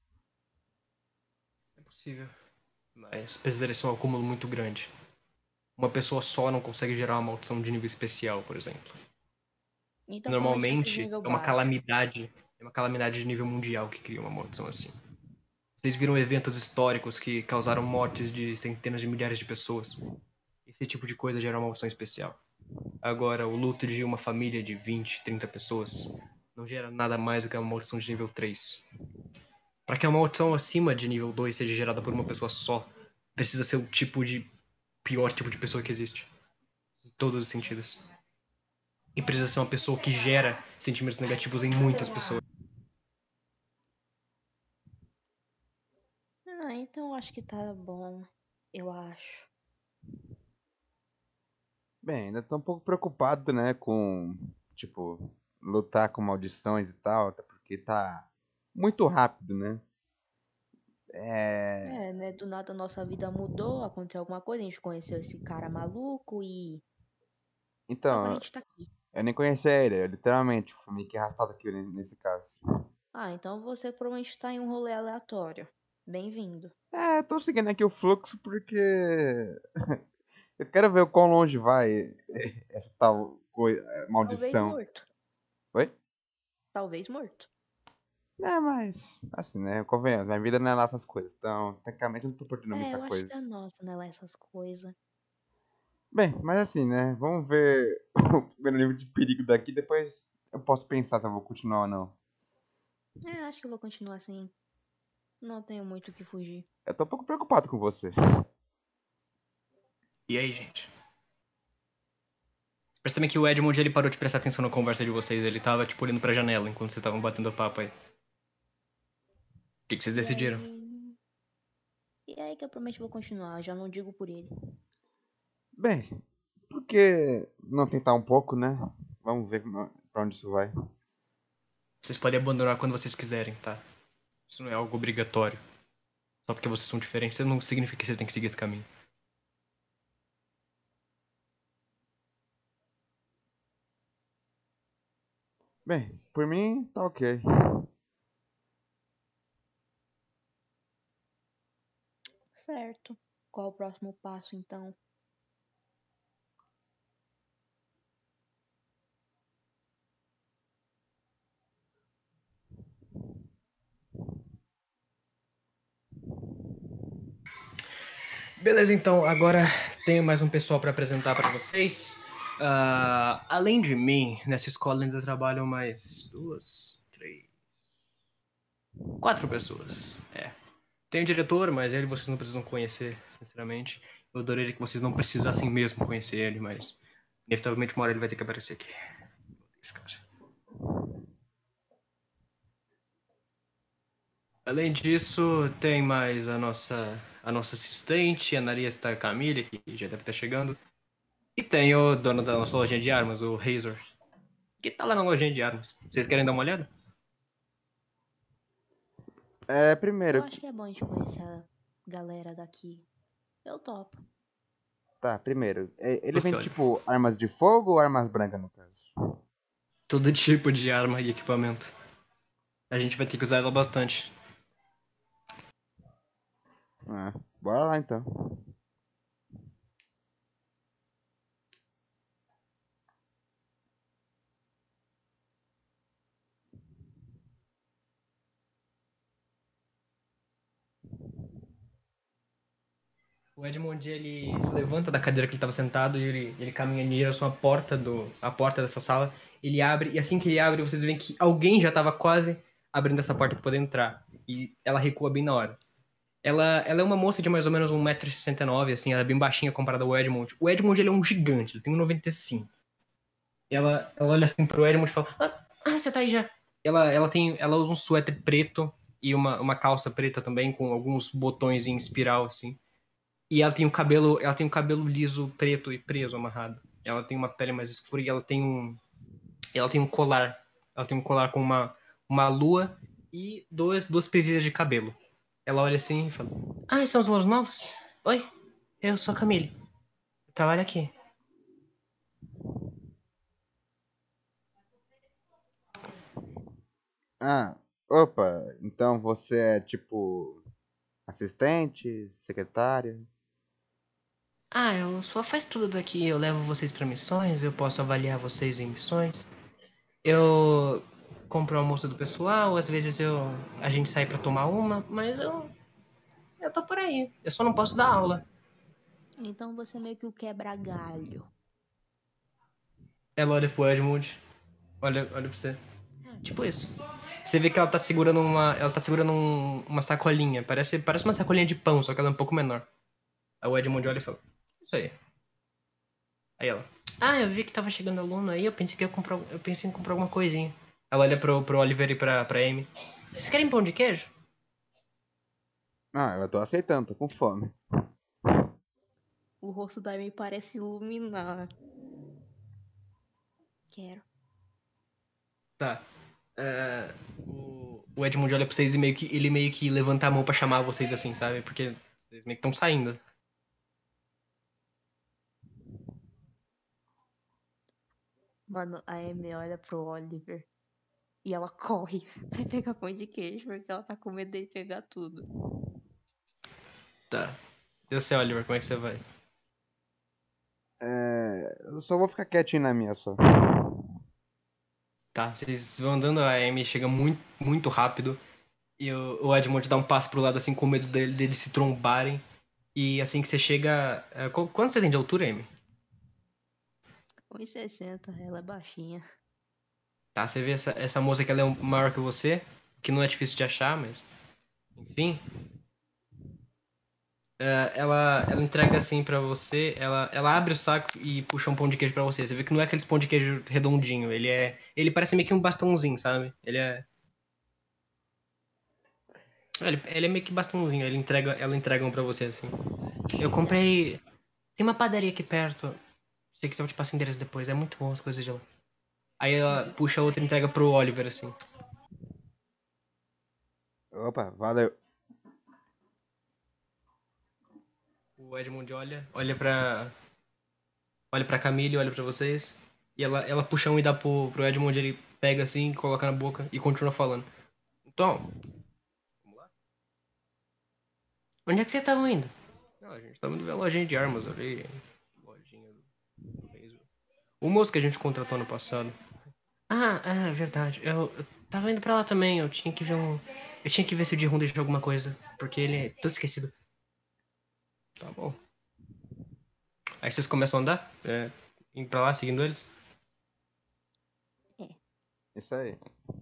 É possível. Mas precisaria ser um acúmulo muito grande. Uma pessoa só não consegue gerar uma maldição de nível especial, por exemplo. Então provavelmente vai ser de Normalmente nível é uma baixo. calamidade. É uma calamidade de nível mundial que cria uma maldição assim. Vocês viram eventos históricos que causaram mortes de centenas de milhares de pessoas. Esse tipo de coisa gera uma maldição especial. Agora, o luto de uma família de 20, 30 pessoas não gera nada mais do que uma maldição de nível 3. Para que uma maldição acima de nível 2 seja gerada por uma pessoa só, precisa ser o pior tipo de pessoa que existe. Em todos os sentidos. E precisa ser uma pessoa que gera sentimentos negativos em muitas pessoas. Ah, então acho que tá bom. Eu acho. Bem, ainda tô um pouco preocupado, né, com, tipo, lutar com maldições e tal, até porque tá muito rápido, né? É... É, né? Do nada a nossa vida mudou, aconteceu alguma coisa, a gente conheceu esse cara maluco e agora a Então, gente tá aqui. eu nem conhecia ele, eu literalmente fui meio que arrastado aqui nesse caso. Ah, então você provavelmente tá em um rolê aleatório. Bem-vindo. É, tô seguindo aqui o fluxo porque eu quero ver o quão longe vai essa tal Talvez maldição. morto. Oi? Talvez morto. É, mas, assim, né, convenhamos, minha vida não é lá essas coisas, então, tecnicamente eu não tô perdendo É, muita eu acho que coisa. é nossa, né? Lá essas coisas. Bem, mas assim, né? Vamos ver o primeiro nível de perigo daqui, depois eu posso pensar se eu vou continuar ou não. É, acho que eu vou continuar assim. Não tenho muito o que fugir. Eu tô um pouco preocupado com você. E aí, gente? Parece também que o Edmund ele parou de prestar atenção na conversa de vocês. Ele tava, tipo, olhando pra janela enquanto vocês estavam batendo papo aí. O que vocês E decidiram? aí. E aí que eu prometo vou continuar, eu já não digo por ele. Bem, por que não tentar um pouco, né? Vamos ver pra onde isso vai. Vocês podem abandonar quando vocês quiserem, tá? Isso não é algo obrigatório. Só porque vocês são diferentes, não significa que vocês têm que seguir esse caminho. Bem, por mim, tá ok. Certo. Qual o próximo passo então? Beleza, então, agora tenho mais um pessoal pra apresentar pra vocês. Além de mim, nessa escola ainda trabalham mais duas, três, quatro pessoas. É. Tem o diretor, mas ele vocês não precisam conhecer, sinceramente. Eu adoraria que vocês não precisassem mesmo conhecer ele, mas inevitavelmente uma hora ele vai ter que aparecer aqui. Esse cara. Além disso, tem mais a nossa assistente, a analista Camille, que já deve estar chegando. E tem o dono da nossa lojinha de armas, o Razor, que tá lá na lojinha de armas. Vocês querem dar uma olhada? É, Eu primeiro, acho que é bom a gente conhecer a galera daqui. Eu topo. tá, primeiro, ele Você vende olha. tipo armas de fogo ou armas brancas no caso? Todo tipo de arma e equipamento. A gente vai ter que usar ela bastante. Ah, bora lá então. O Edmond, ele se levanta da cadeira que ele estava sentado e ele caminha em direção à a porta dessa sala. Ele abre, e assim que ele abre, vocês veem que alguém já estava quase abrindo essa porta para poder entrar. E ela recua bem na hora. Ela é uma moça de mais ou menos 1,69 m, assim, ela é bem baixinha comparada ao Edmond. O Edmond, ele é um gigante, ele tem 1,95 m. Ela olha assim pro Edmond e fala, você tá aí já. Ela usa um suéter preto e uma calça preta também, com alguns botões em espiral, assim. E ela tem um cabelo liso, preto e preso, amarrado. Ela tem uma pele mais escura e ela tem um colar. Ela tem um colar com uma lua e duas presilhas de cabelo. Ela olha assim e fala: Ah, esses são os louros novos? Oi, eu sou a Camille. Eu trabalho aqui. Ah, opa, então você é tipo assistente, secretária? Ah, eu só faz tudo daqui. Eu levo vocês pra missões, eu posso avaliar vocês em missões. Eu compro o almoço do pessoal, às vezes a gente sai pra tomar uma, mas eu tô por aí. Eu só não posso dar aula. Então você é meio que o quebra-galho. Ela olha pro Edmund, olha pra você. Tipo isso. Você vê que ela tá segurando uma sacolinha. Parece uma sacolinha de pão, só que ela é um pouco menor. Aí o Edmund olha e fala: Isso aí. Aí ela: Ah, eu vi que tava chegando aluno aí, eu pensei em comprar alguma coisinha. Ela olha pro Oliver e pra Amy. Vocês querem pão de queijo? Ah, eu tô aceitando, tô com fome. O rosto da Amy parece iluminar. Quero. Tá. O Edmund olha pra vocês e ele meio que levanta a mão pra chamar vocês assim, sabe? Porque vocês meio que estão saindo. Mano, a Amy olha pro Oliver e ela corre pra pegar pão de queijo porque ela tá com medo dele pegar tudo. Tá. E você, Oliver, como é que você vai? Eu só vou ficar quietinho na minha só. Tá, vocês vão andando, a Amy chega muito, muito rápido. E o Edmund dá um passo pro lado assim, com medo deles se trombarem. E assim que você chega. Quanto você tem de altura, Amy? 1,60, ela é baixinha. Tá, você vê essa moça que ela é maior que você, que não é difícil de achar, mas. Enfim. Ela entrega assim pra você, ela abre o saco e puxa um pão de queijo pra você. Você vê que não é aqueles pão de queijo redondinho, ele parece meio que um bastãozinho, sabe? Ele é meio que bastãozinho, ela entrega um pra você assim. Eu comprei, tem uma padaria aqui perto. Se você quiser eu te passo o endereço depois, é muito bom as coisas de lá. Aí ela puxa outra e entrega pro Oliver assim. Opa, valeu. O Edmund olha pra Camille, olha pra vocês. E ela puxa um e dá pro Edmund, ele pega assim, coloca na boca e continua falando. Então, vamos lá? Onde é que vocês estavam indo? Não, a gente tava indo ver a lojinha de armas ali. Lojinha do Reis. O moço que a gente contratou no passado. Ah, é verdade. Eu tava indo pra lá também. Eu tinha que ver um. Eu tinha que ver se o Ji-Hoon deixou alguma coisa. Porque ele é todo esquecido. Tá bom. Aí vocês começam a andar? Indo pra lá, seguindo eles? É. Isso aí.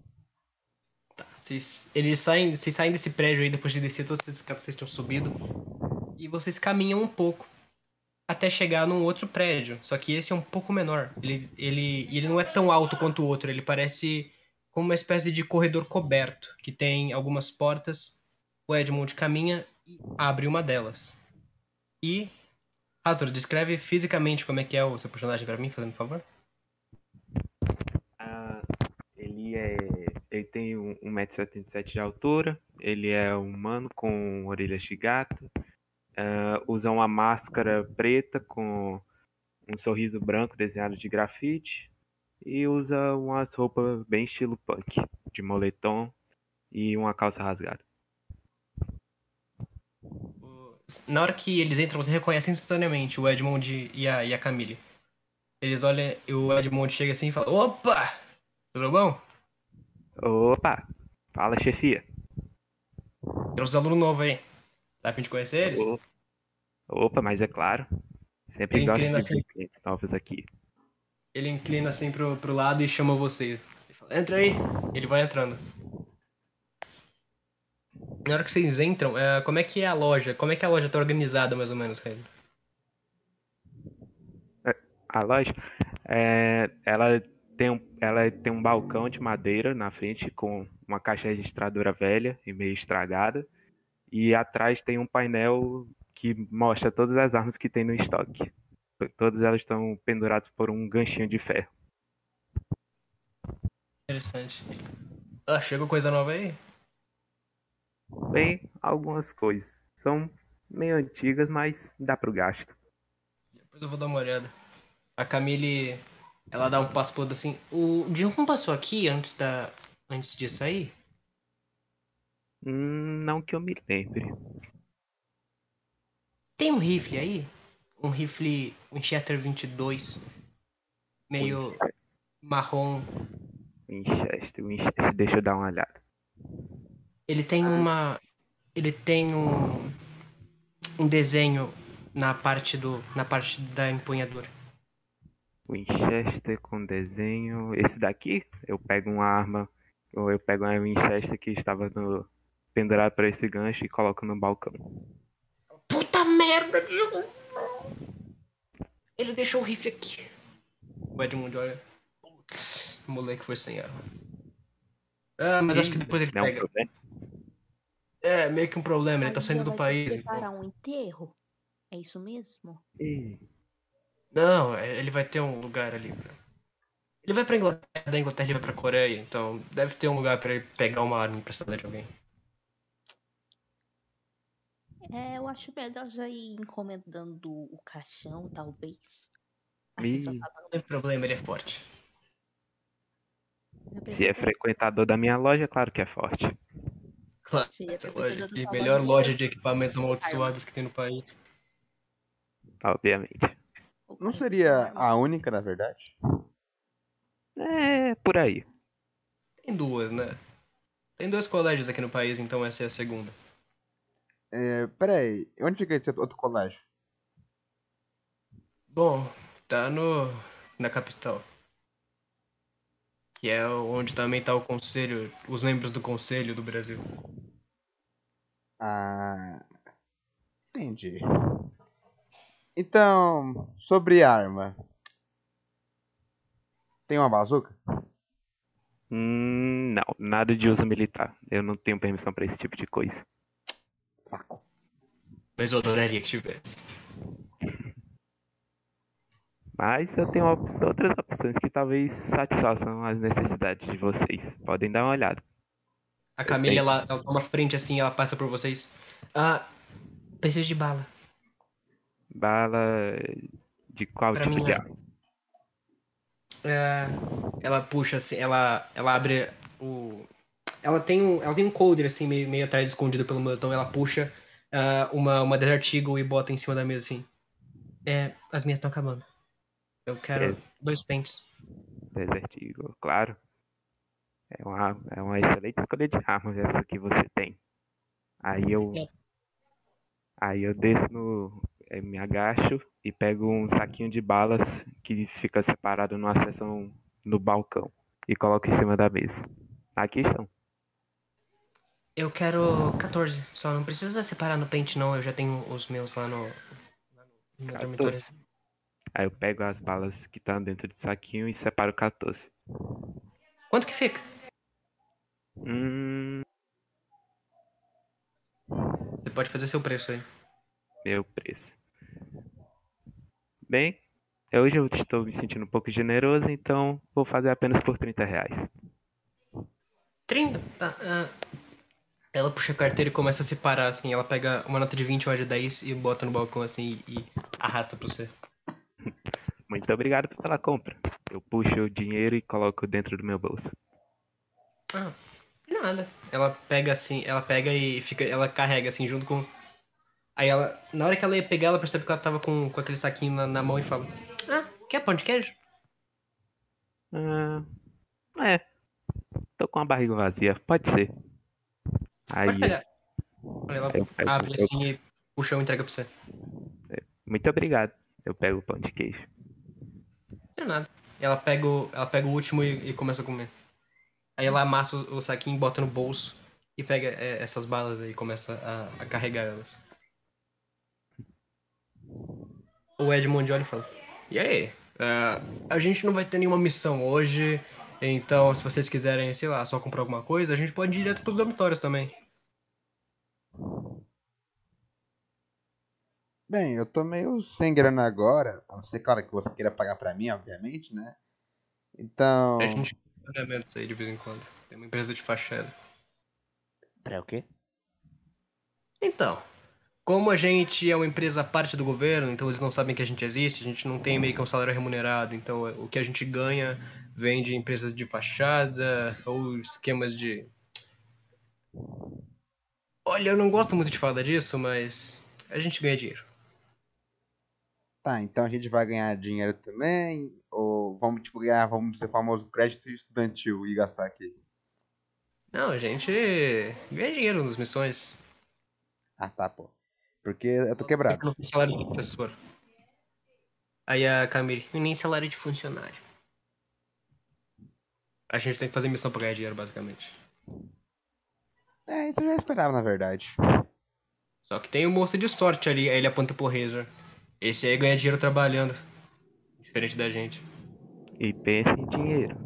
Vocês saem desse prédio aí depois de descer todas essas escadas que vocês tinham subido. E vocês caminham um pouco até chegar num outro prédio. Só que esse é um pouco menor. Ele não é tão alto quanto o outro. Ele parece como uma espécie de corredor coberto, que tem algumas portas. O Edmund caminha e abre uma delas. E, Arthur, descreve fisicamente como é que é o seu personagem pra mim, fazendo um favor. Ah, ele tem 1,77 m de altura, ele é humano com orelhas de gato, usa uma máscara preta com um sorriso branco desenhado de grafite e usa umas roupas bem estilo punk, de moletom e uma calça rasgada. Na hora que eles entram, você reconhece instantaneamente o Edmund e a Camille. Eles olham e o Edmund chega assim e fala: Opa! Tudo bom? Opa! Fala, chefia! Trouxe aluno novo aí. Dá pra gente conhecer eles? O- Opa, mas é claro, sempre Ele gosto inclina de assim, ver clientes novos aqui. ele inclina assim pro lado e chama você. Ele fala: Entra aí. Ele vai entrando. Na hora que vocês entram, como é que é a loja? Como é que a loja tá organizada, mais ou menos, cara? A loja, ela Ela tem um balcão de madeira na frente com uma caixa registradora velha e meio estragada. E atrás tem um painel que mostra todas as armas que tem no estoque. Todas elas estão penduradas por um ganchinho de ferro. Interessante. Ah, chegou coisa nova aí? Bem, algumas coisas. São meio antigas, mas dá pro gasto. Depois eu vou dar uma olhada. A Camille, ela dá um passo pro outro assim. O Dion passou aqui antes de sair? Não que eu me lembre. Tem um rifle aí? Um rifle Winchester 22, meio marrom. Winchester, deixa eu dar uma olhada. Ele tem uma. Ele tem um desenho na parte da empunhadura. Winchester com desenho. Esse daqui, eu pego uma arma, ou eu pego uma Winchester que estava pendurado para esse gancho e coloco no balcão. Puta merda! Ele deixou o rifle aqui. O Edmund olha. Putz, o moleque foi sem arma. Ah, mas acho que depois ele Não é um pega. problema. É, meio que um problema, ele A tá saindo Lia do vai ter país. que preparar Então. um enterro? É isso mesmo? Ih, Não, ele vai ter um lugar ali. Ele vai pra Inglaterra, da Inglaterra ele vai pra Coreia, então deve ter um lugar pra ele pegar uma arma emprestada de alguém. É, eu acho melhor já ir encomendando o caixão, talvez. Assim só ih, tá Não tem problema, ele é forte. dando. se é frequentador da minha loja, claro que é forte. Claro, Se é essa loja frequentador da aqui, tua melhor loja, loja eu de equipamentos arma. amaldiçoados que tem no país. Obviamente. O Não cara que tem seria arma. a única, na verdade? É, por aí. Tem duas, né? Tem dois colégios aqui no país, então essa é a segunda. Peraí, onde fica esse outro colégio? Bom, tá na capital. Que é onde também tá o conselho, os membros do conselho do Brasil. Ah, entendi. Então, sobre arma. Tem uma bazuca? Não, nada de uso militar. Eu não tenho permissão para esse tipo de coisa. Saco. Mas eu adoraria que tivesse. Mas eu tenho outras opções que talvez satisfaçam as necessidades de vocês. Podem dar uma olhada. A Eu Camille, tenho ela toma frente assim, ela passa por vocês. Ah, preciso de bala. bala de qual Pra tipo de minha. arma? É, ela puxa assim, ela abre o. Ela tem um coldre assim, meio atrás, escondido pelo moletom. Ela puxa uma Desert Eagle e bota em cima da mesa assim. É, as minhas estão acabando. Eu quero Des- 2 pentes. Desert Eagle, claro. É uma excelente escolha de armas essa que você tem. Aí eu, É. aí eu desço me agacho e pego um saquinho de balas que fica separado numa seção no balcão e coloco em cima da mesa. Aqui estão. Eu quero 14. Só não precisa separar no pente, não. Eu já tenho os meus lá no meu dormitório. 14. Aí eu pego as balas que estão dentro do saquinho e separo 14. Quanto que fica? Hum, Você pode fazer seu preço aí. meu preço. Bem, hoje eu estou me sentindo um pouco generoso, então vou fazer apenas por R$ 30. 30? Tá. Ela puxa a carteira e começa a separar, assim. Ela pega uma nota de 20 ou uma de 10 e bota no balcão, assim, e arrasta pra você. Muito obrigado pela compra. Eu puxo o dinheiro e coloco dentro do meu bolso. Ah, nada. Ela pega, assim, ela pega e fica... Ela carrega, assim, junto com... Aí ela... Na hora que ela ia pegar, ela percebe que ela tava com aquele saquinho na mão e fala... Ah, quer pão de queijo? Ah, é, tô com a barriga vazia, pode ser. Pode Aí pegar. Aí ela eu pego, abre, assim, e puxa e entrega pra você. muito obrigado. Eu pego o pão de queijo. Não é nada. Ela pega o último e começa a comer. Aí ela amassa o saquinho, bota no bolso e pega essas balas aí e começa a carregar elas. O Edmond olha e fala: E aí? A gente não vai ter nenhuma missão hoje, então se vocês quiserem, sei lá, só comprar alguma coisa, a gente pode ir direto pros dormitórios também. Bem, eu tô meio sem grana agora, a não ser, claro, que você queira pagar pra mim, obviamente, né? A Então. gente faz pagamentos aí de vez em quando. Tem uma empresa de fachada. Pra o quê? Então, como a gente é uma empresa à parte do governo, então eles não sabem que a gente existe, a gente não tem meio que um salário remunerado, então o que a gente ganha vem de empresas de fachada ou esquemas de. Olha, eu não gosto muito de falar disso, mas a gente ganha dinheiro. Tá, então a gente vai ganhar dinheiro também? Ou vamos, tipo, ganhar, vamos ser famoso crédito estudantil e gastar aqui? Não, a gente ganha dinheiro nas missões. Ah, tá, pô. Porque eu tô quebrado. Não tem salário de professor. Aí a Camille, e nem salário de funcionário. A gente tem que fazer missão pra ganhar dinheiro, basicamente. É, isso eu já esperava, na verdade. Só que tem o moço de sorte ali, aí ele aponta pro Razor. Esse aí ganha dinheiro trabalhando, diferente da gente. E pensa em dinheiro.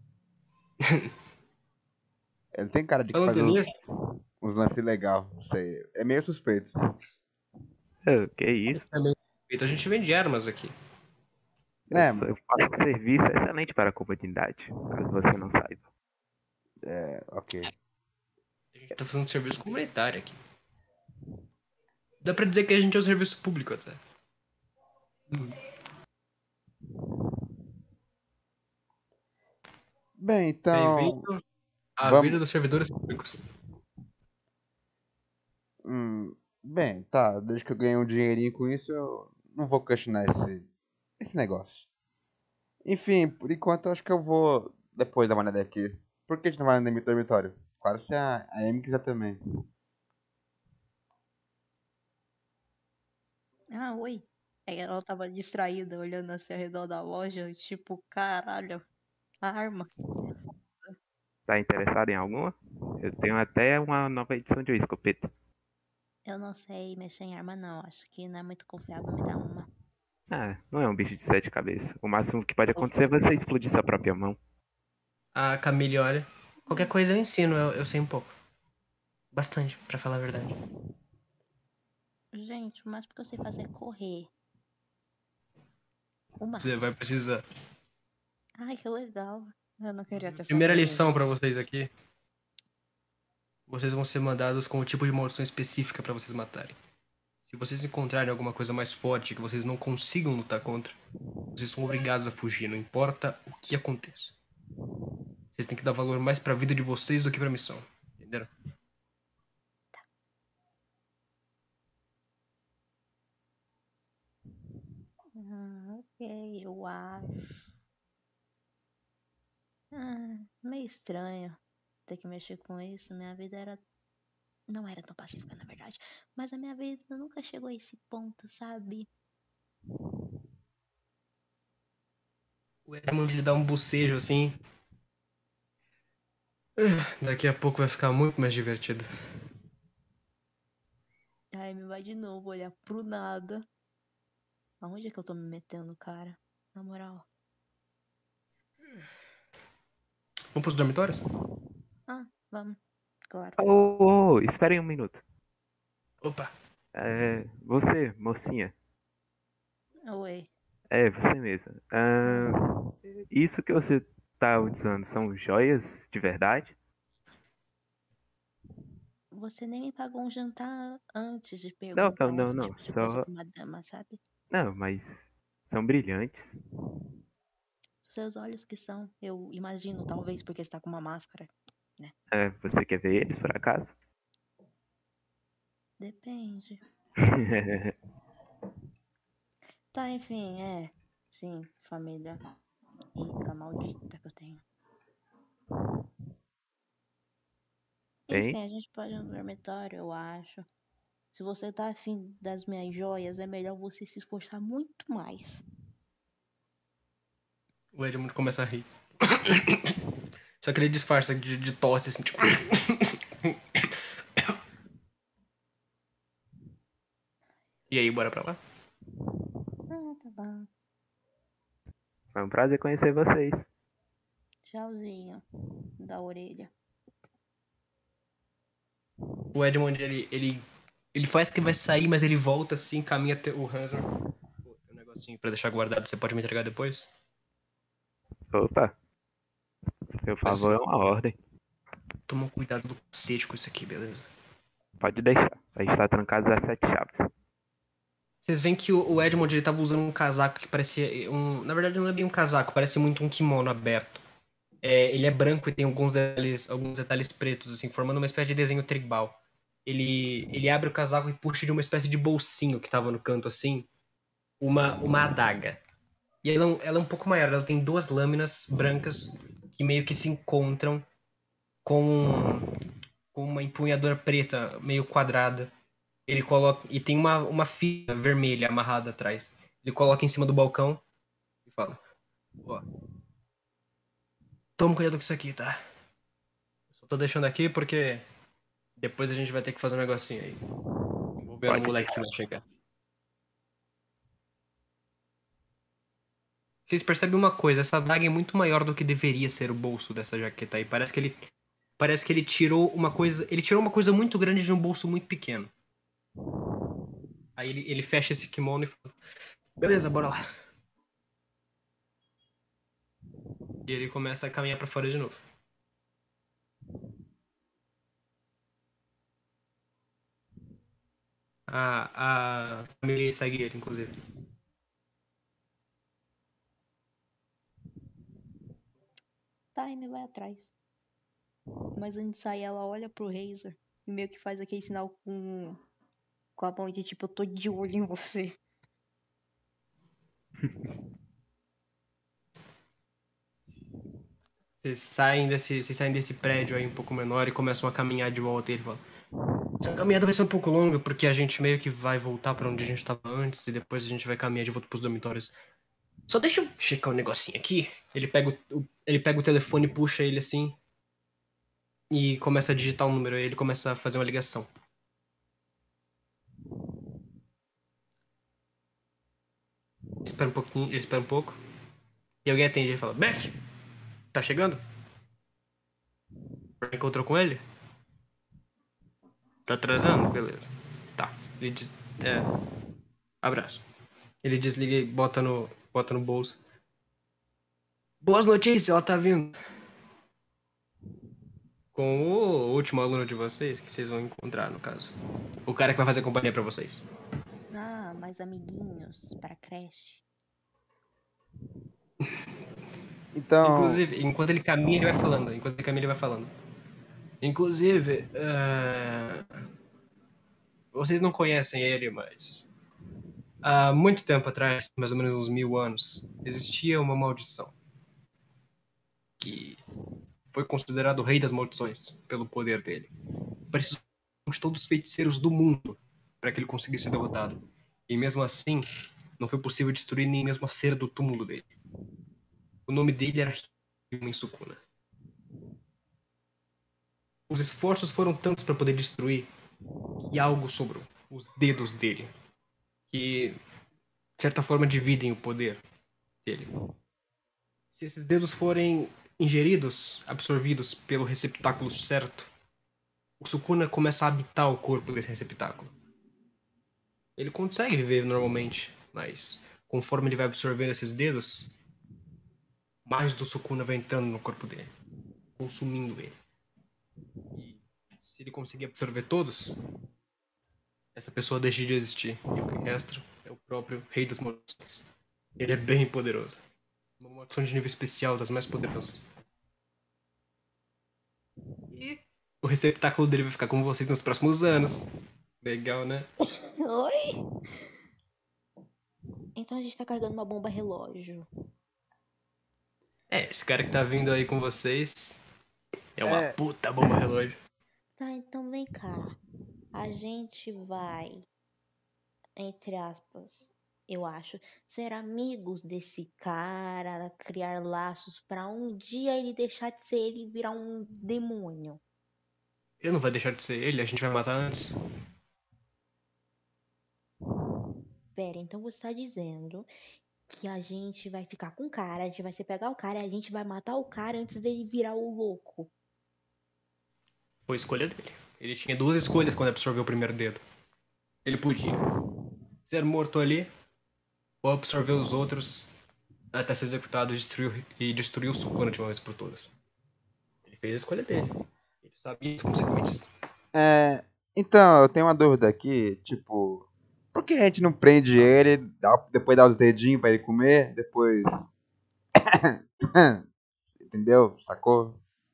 Ele tem cara de que faz Falando nisso, uns lances legal, não sei. É meio suspeito. Que isso? também, então a gente vende armas aqui. Né, Eu faço um serviço excelente para a comunidade, caso você não saiba. ok. A gente tá fazendo serviço comunitário aqui. Dá pra dizer que a gente é um serviço público até. Bem, então. Bem-vindo à vida Vamos. dos servidores públicos. Bem, tá. Desde que eu ganhei um dinheirinho com isso, eu não vou questionar esse negócio. Enfim, por enquanto eu acho que eu vou depois dar uma olhada aqui. Por que a gente não vai no dormitório? Claro, se a Amy quiser também. Ah, oi. Aí ela tava distraída, olhando assim ao redor da loja, tipo, caralho, a arma. Tá interessado em alguma? Eu tenho até uma nova edição de uma escopeta. Eu não sei mexer em arma, não. Acho que não é muito confiável me dar uma. Ah, não é um bicho de 7 cabeças. O máximo que pode acontecer é você explodir sua própria mão. A Camille olha. Qualquer coisa eu ensino, eu sei um pouco. Bastante, pra falar a verdade. Gente, o máximo que eu sei fazer é correr. O Você máximo. vai precisar. Ai, que legal. Eu não queria ter Primeira sobrevivido. lição pra vocês aqui. Vocês vão ser mandados com um tipo de maldição específica pra vocês matarem. Se vocês encontrarem alguma coisa mais forte que vocês não consigam lutar contra, vocês são obrigados a fugir, não importa o que aconteça. Vocês têm que dar valor mais pra vida de vocês do que pra missão. Entenderam? Ok, eu acho. Meio estranho ter que mexer com isso. Minha vida era. Não era tão pacífica, na verdade. Mas a minha vida nunca chegou a esse ponto, sabe? O Edmund lhe dá um bocejo assim. Daqui a pouco vai ficar muito mais divertido. Aí me vai de novo olhar pro nada. Aonde é que eu tô me metendo, cara? Na moral. Vamos pros dormitórios? Ah, vamos. Claro. Espere um minuto. Opa. Você, mocinha. Oi. É, você mesma. Isso que você tá usando são joias de verdade? Você nem me pagou um jantar antes de Não, não, perguntar não, esse não. tipo de coisa Só. pra uma dama, sabe? Não, mas são brilhantes. Seus olhos que são. Eu imagino, talvez, porque você tá com uma máscara, né? Você quer ver eles por acaso? Depende. Tá, enfim, Sim, família rica, maldita que eu tenho. Bem, Enfim, a gente pode ir no dormitório, eu acho. Se você tá afim das minhas joias, é melhor você se esforçar muito mais. O Edmund começa a rir. Só que ele disfarça de tosse, assim, tipo. E aí, bora pra lá? Tá bom. Foi um prazer conhecer vocês. Tchauzinho da orelha. O Edmond, ele faz que vai sair, mas ele volta assim, caminha até o Hanser. Pô, tem um negocinho pra deixar guardado, você pode me entregar depois? Opa, seu Mas favor é uma ordem. toma cuidado do cacete com isso aqui, beleza? Pode deixar. A gente tá trancado às 7 chaves. Vocês veem que o Edmond, ele tava usando um casaco que parecia um... Na verdade, não é bem um casaco, parece muito um kimono aberto. Ele é branco e tem alguns detalhes pretos, assim, formando uma espécie de desenho tribal. Ele abre o casaco e puxa de uma espécie de bolsinho que tava no canto, assim, uma adaga. E ela é um pouco maior, ela tem duas lâminas brancas que meio que se encontram com, com uma empunhadura preta meio quadrada. Ele coloca. E tem uma fita vermelha amarrada atrás. Ele coloca em cima do balcão e fala: Ó, toma cuidado com isso aqui, tá? Só tô deixando aqui porque depois a gente vai ter que fazer um negocinho aí. Envolvendo um Pode moleque que deixar. vai chegar. Vocês percebem uma coisa, essa adaga é muito maior do que deveria ser o bolso dessa jaqueta aí. Parece que ele tirou uma coisa. Ele tirou uma coisa muito grande de um bolso muito pequeno. Aí ele fecha esse kimono e fala: Beleza, bora lá. E ele começa a caminhar pra fora de novo. A Camille segue ele, inclusive. Time vai atrás. Mas antes de sair, ela olha pro Razor e meio que faz aquele sinal com a mão de tipo, eu tô de olho em você. Vocês saem desse prédio aí um pouco menor e começam a caminhar de volta. E ele fala: Essa caminhada vai ser um pouco longa, porque a gente meio que vai voltar pra onde a gente tava antes e depois a gente vai caminhar de volta pros dormitórios. Só deixa eu checar um negocinho aqui. Ele pega o telefone, puxa ele assim e começa a digitar um número. Aí ele começa a fazer uma ligação. Espera um pouquinho, ele espera um pouco. E alguém atende e fala: Beck, tá chegando? Encontrou com ele? Tá atrasando? Beleza. Tá. Ele diz. Abraço. Ele desliga e bota no bolso. Boas notícias, ela tá vindo. Com o último aluno de vocês, que vocês vão encontrar, no caso. O cara que vai fazer companhia pra vocês. Ah, mais amiguinhos pra creche. Então, Inclusive, enquanto ele caminha, ele vai falando. Inclusive, vocês não conhecem ele, mas há muito tempo atrás, mais ou menos uns 1000 anos, existia uma maldição que foi considerado o rei das maldições pelo poder dele. Precisou de todos os feiticeiros do mundo para que ele conseguisse ser derrotado. E mesmo assim, não foi possível destruir nem mesmo a cera do túmulo dele. O nome dele era Hyumen Sukuna. Os esforços foram tantos para poder destruir que algo sobrou. Os dedos dele, que de certa forma dividem o poder dele. Se esses dedos forem ingeridos, absorvidos pelo receptáculo certo, o Sukuna começa a habitar o corpo desse receptáculo. Ele consegue viver normalmente, mas conforme ele vai absorvendo esses dedos, mais do Sukuna vai entrando no corpo dele, consumindo ele. E se ele conseguir absorver todos, essa pessoa deixa de existir. E o que resta é o próprio Rei das Maldições. Ele é bem poderoso. Uma maldição de nível especial, das mais poderosas. E o receptáculo dele vai ficar com vocês nos próximos anos. Legal, né? Oi? Então a gente tá carregando uma bomba relógio. Esse cara que tá vindo aí com vocês é uma é, puta bomba relógio. Tá, então vem cá. A gente vai, entre aspas, eu acho, ser amigos desse cara, criar laços pra um dia ele deixar de ser ele e virar um demônio. Ele não vai deixar de ser ele, a gente vai matar antes. Pera, então você tá dizendo que a gente vai ficar com o cara, a gente vai se pegar o cara e a gente vai matar o cara antes dele virar o louco. Foi escolha dele. Ele tinha duas escolhas quando absorveu o primeiro dedo. Ele podia ser morto ali, ou absorver os outros até ser executado e destruir o Sukuna de uma vez por todas. Ele fez a escolha dele. Ele sabia as consequências. Então, eu tenho uma dúvida aqui, tipo, por que a gente não prende ele, depois dá os dedinhos pra ele comer, depois... Entendeu? Sacou?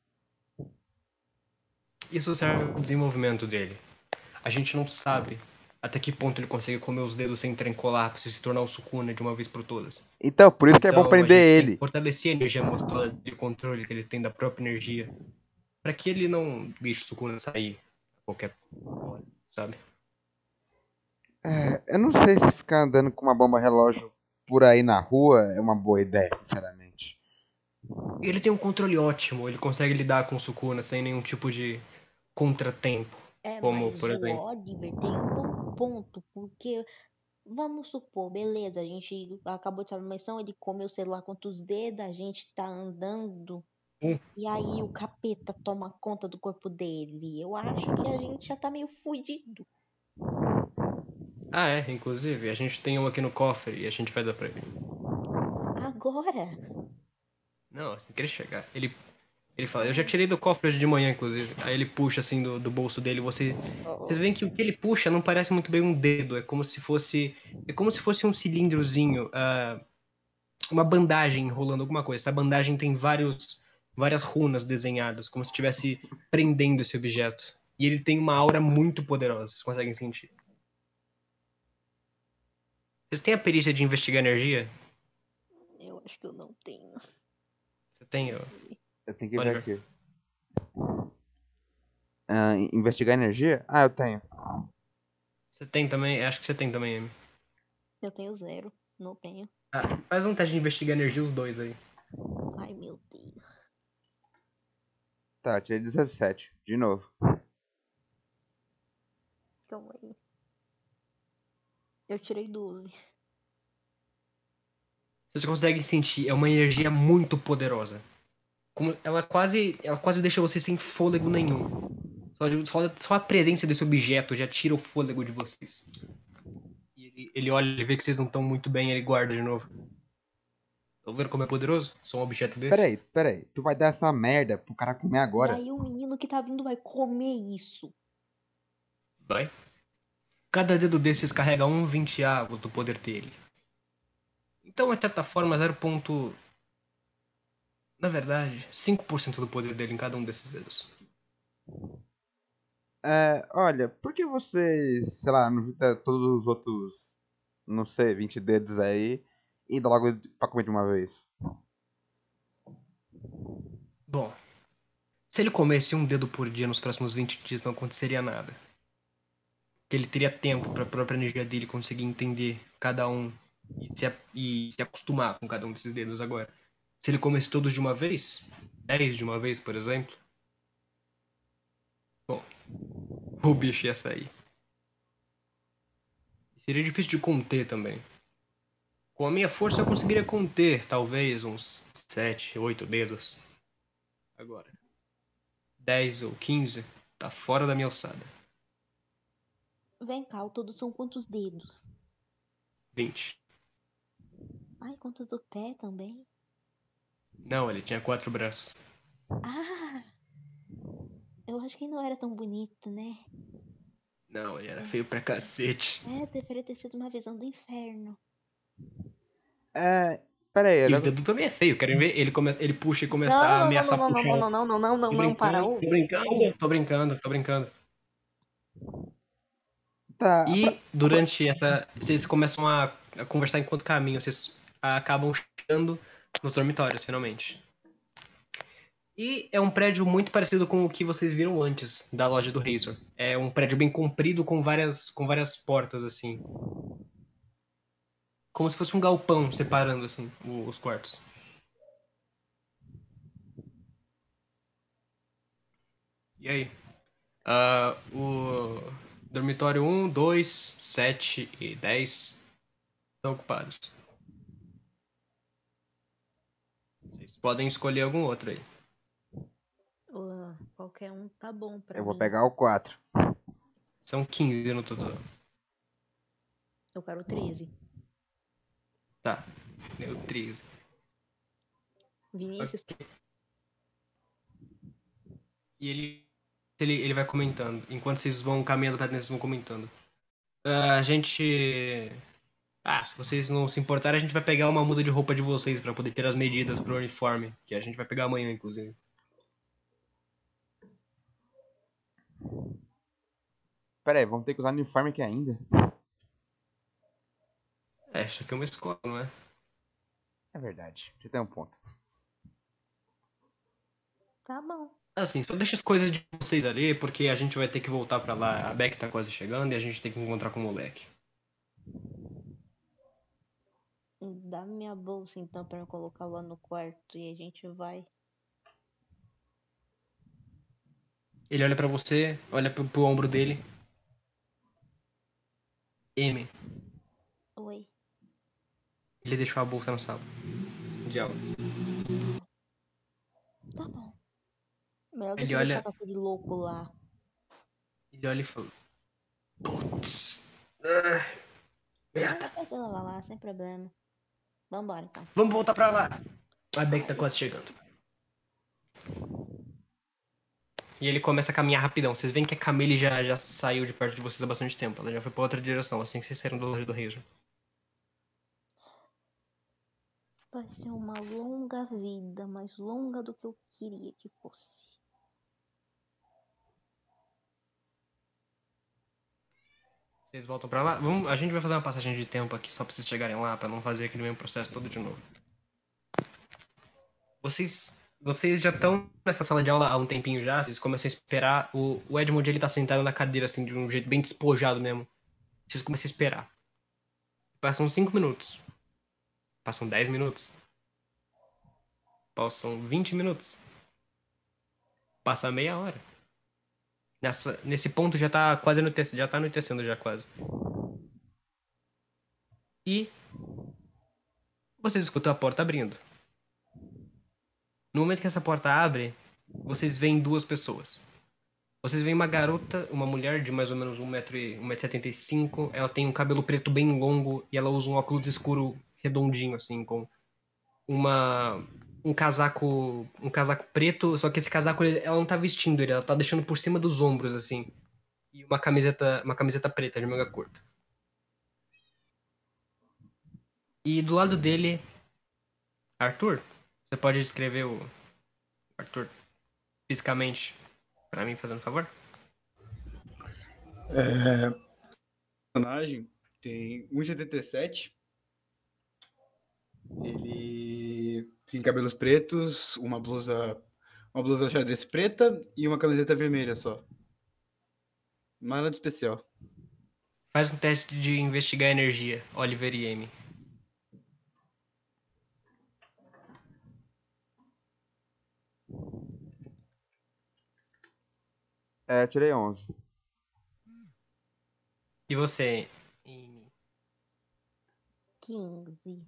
Isso serve pro desenvolvimento dele. A gente não sabe até que ponto ele consegue comer os dedos sem entrar em colapso e se tornar o Sukuna de uma vez por todas. Então, por isso que é bom Então, a prender gente tem que ele. fortalecer a energia motora de controle que ele tem da própria energia. Pra que ele não deixe o Sukuna sair a qualquer hora, sabe? Eu não sei se ficar andando com uma bomba relógio por aí na rua é uma boa ideia, sinceramente. Ele tem um controle ótimo, ele consegue lidar com o Sukuna sem nenhum tipo de contratempo. Como, Mas por o exemplo, Oliver tem um bom ponto, porque vamos supor, beleza, a gente acabou de sair uma missão, ele comeu sei lá quantos dedos, a gente tá andando, um e aí o capeta toma conta do corpo dele. Eu acho que a gente já tá meio fudido. Ah, é, inclusive, a gente tem um aqui no cofre e a gente vai dar pra ele. Agora? Não, assim que ele chegar. Ele fala, eu já tirei do cofre hoje de manhã, inclusive. Aí ele puxa assim do bolso dele. Vocês veem que o que ele puxa não parece muito bem um dedo. É como se fosse. É como se fosse um cilindrozinho. Uma bandagem enrolando alguma coisa. Essa bandagem tem várias runas desenhadas, como se estivesse prendendo esse objeto. E ele tem uma aura muito poderosa, vocês conseguem sentir. Vocês têm a perícia de investigar energia? Eu acho que eu não tenho. Você tem, Eu tenho que ver Oliver? aqui. Investigar energia? Ah, eu tenho. Você tem também? Acho que você tem também, Amy. Eu tenho 0. Não tenho. Ah, faz um teste de investigar energia os dois aí. Ai, meu Deus. Tá, tirei 17. De novo. Calma aí. Eu tirei 12. Vocês conseguem sentir, é uma energia muito poderosa. Como ela quase deixa você sem fôlego nenhum. Só a presença desse objeto já tira o fôlego de vocês. E ele olha, ele vê que vocês não estão muito bem, ele guarda de novo. Estão vendo como é poderoso? Só um objeto desse? Peraí. Tu vai dar essa merda pro cara comer E agora? aí o menino que tá vindo vai comer isso. Vai. Cada dedo desses carrega 1,20 avos do poder dele. Então, de certa forma, 0. Na verdade, 5% do poder dele em cada um desses dedos. Olha, por que você, sei lá, não junta todos os outros, não sei, 20 dedos aí e dá logo pra comer de uma vez? Bom, se ele comesse um dedo por dia nos próximos 20 dias, não aconteceria nada. Porque ele teria tempo para a própria energia dele conseguir entender cada um e se acostumar com cada um desses dedos agora. Se ele comesse todos de uma vez, 10 de uma vez, por exemplo, bom, o bicho ia sair. Seria difícil de conter também. Com a minha força eu conseguiria conter, talvez, uns 7, 8 dedos. Agora, 10 ou 15, tá fora da minha alçada. Vem cá, o todo são quantos dedos? 20. Ai, quantos do pé também? Não, ele tinha 4 braços. Ah! Eu acho que não era tão bonito, né? Não, ele era feio pra cacete. Deveria ter sido uma visão do inferno. Peraí, E o agora... dedo também é feio, querem ver? Ele puxa e começa Não, a não, não, ameaçar não, não, puxar. não, não, não, não, não, Tô não, para. brincando, tô brincando, tô brincando. Tá, E durante essa. Vocês começam a conversar enquanto caminham, vocês acabam chegando nos dormitórios, finalmente. E é um prédio muito parecido com o que vocês viram antes da loja do Razor. É um prédio bem comprido com várias portas, assim. Como se fosse um galpão separando, assim, os quartos. E aí? O dormitório 1, 2, 7 e 10 estão ocupados. Vocês podem escolher algum outro aí. Qualquer um tá bom pra Eu mim. vou pegar o 4. São 15 no total. Eu quero o 13. Tá. Deu 13. Vinícius, E ele vai comentando. Enquanto vocês vão caminhando pra dentro, vocês vão comentando. A gente... se vocês não se importarem, a gente vai pegar uma muda de roupa de vocês pra poder ter as medidas pro uniforme. Que a gente vai pegar amanhã, inclusive. Pera aí, vamos ter que usar uniforme aqui ainda? Isso aqui é uma escola, não é? É verdade, você tem um ponto. tá bom. Assim, só deixa as coisas de vocês ali, porque a gente vai ter que voltar pra lá. A Beck tá quase chegando e a gente tem que encontrar com o moleque. Dá minha bolsa então pra eu colocar lá no quarto e a gente vai. Ele olha pra você, olha pro ombro dele. M. Oi. Ele deixou a bolsa na sala. De aula. Tá bom. Melhor do Ele que olha- deixar com aquele louco lá. Ele olha e fala: Putz. Merda. Pode levar lá, sem problema. Vambora então. Vamos voltar pra lá. A Beck tá quase chegando. E ele começa a caminhar rapidão. Vocês veem que a Camille já saiu de perto de vocês há bastante tempo. Ela já foi pra outra direção, assim que vocês saíram da loja do rei. Vai ser uma longa vida, mais longa do que eu queria que fosse. Vocês voltam pra lá? A gente vai fazer uma passagem de tempo aqui só pra vocês chegarem lá, pra não fazer aquele mesmo processo todo de novo. Vocês já estão nessa sala de aula há um tempinho já, vocês começam a esperar. O Edmund, ele tá sentado na cadeira, assim, de um jeito bem despojado mesmo. Vocês começam a esperar. Passam 5 minutos. Passam 10 minutos. Passam 20 minutos. Passa meia hora. Nesse ponto já tá quase anoitecendo, já tá anoitecendo já quase. E vocês escutam a porta abrindo. No momento que essa porta abre, vocês veem duas pessoas. Vocês veem uma garota, uma mulher de mais ou menos 1,75 m. Ela tem um cabelo preto bem longo e ela usa um óculos escuro redondinho, assim, com um casaco preto, só que esse casaco ela não tá vestindo ele, ela tá deixando por cima dos ombros, assim. E uma camiseta preta de manga curta. E do lado dele, Arthur, você pode descrever o Arthur fisicamente pra mim, fazendo favor? O personagem tem 1,77. Ele tem cabelos pretos, uma blusa xadrez preta e uma camiseta vermelha só. Nada de especial. Faz um teste de investigar energia, Oliver e Amy. Tirei 11. E você, Amy? 15.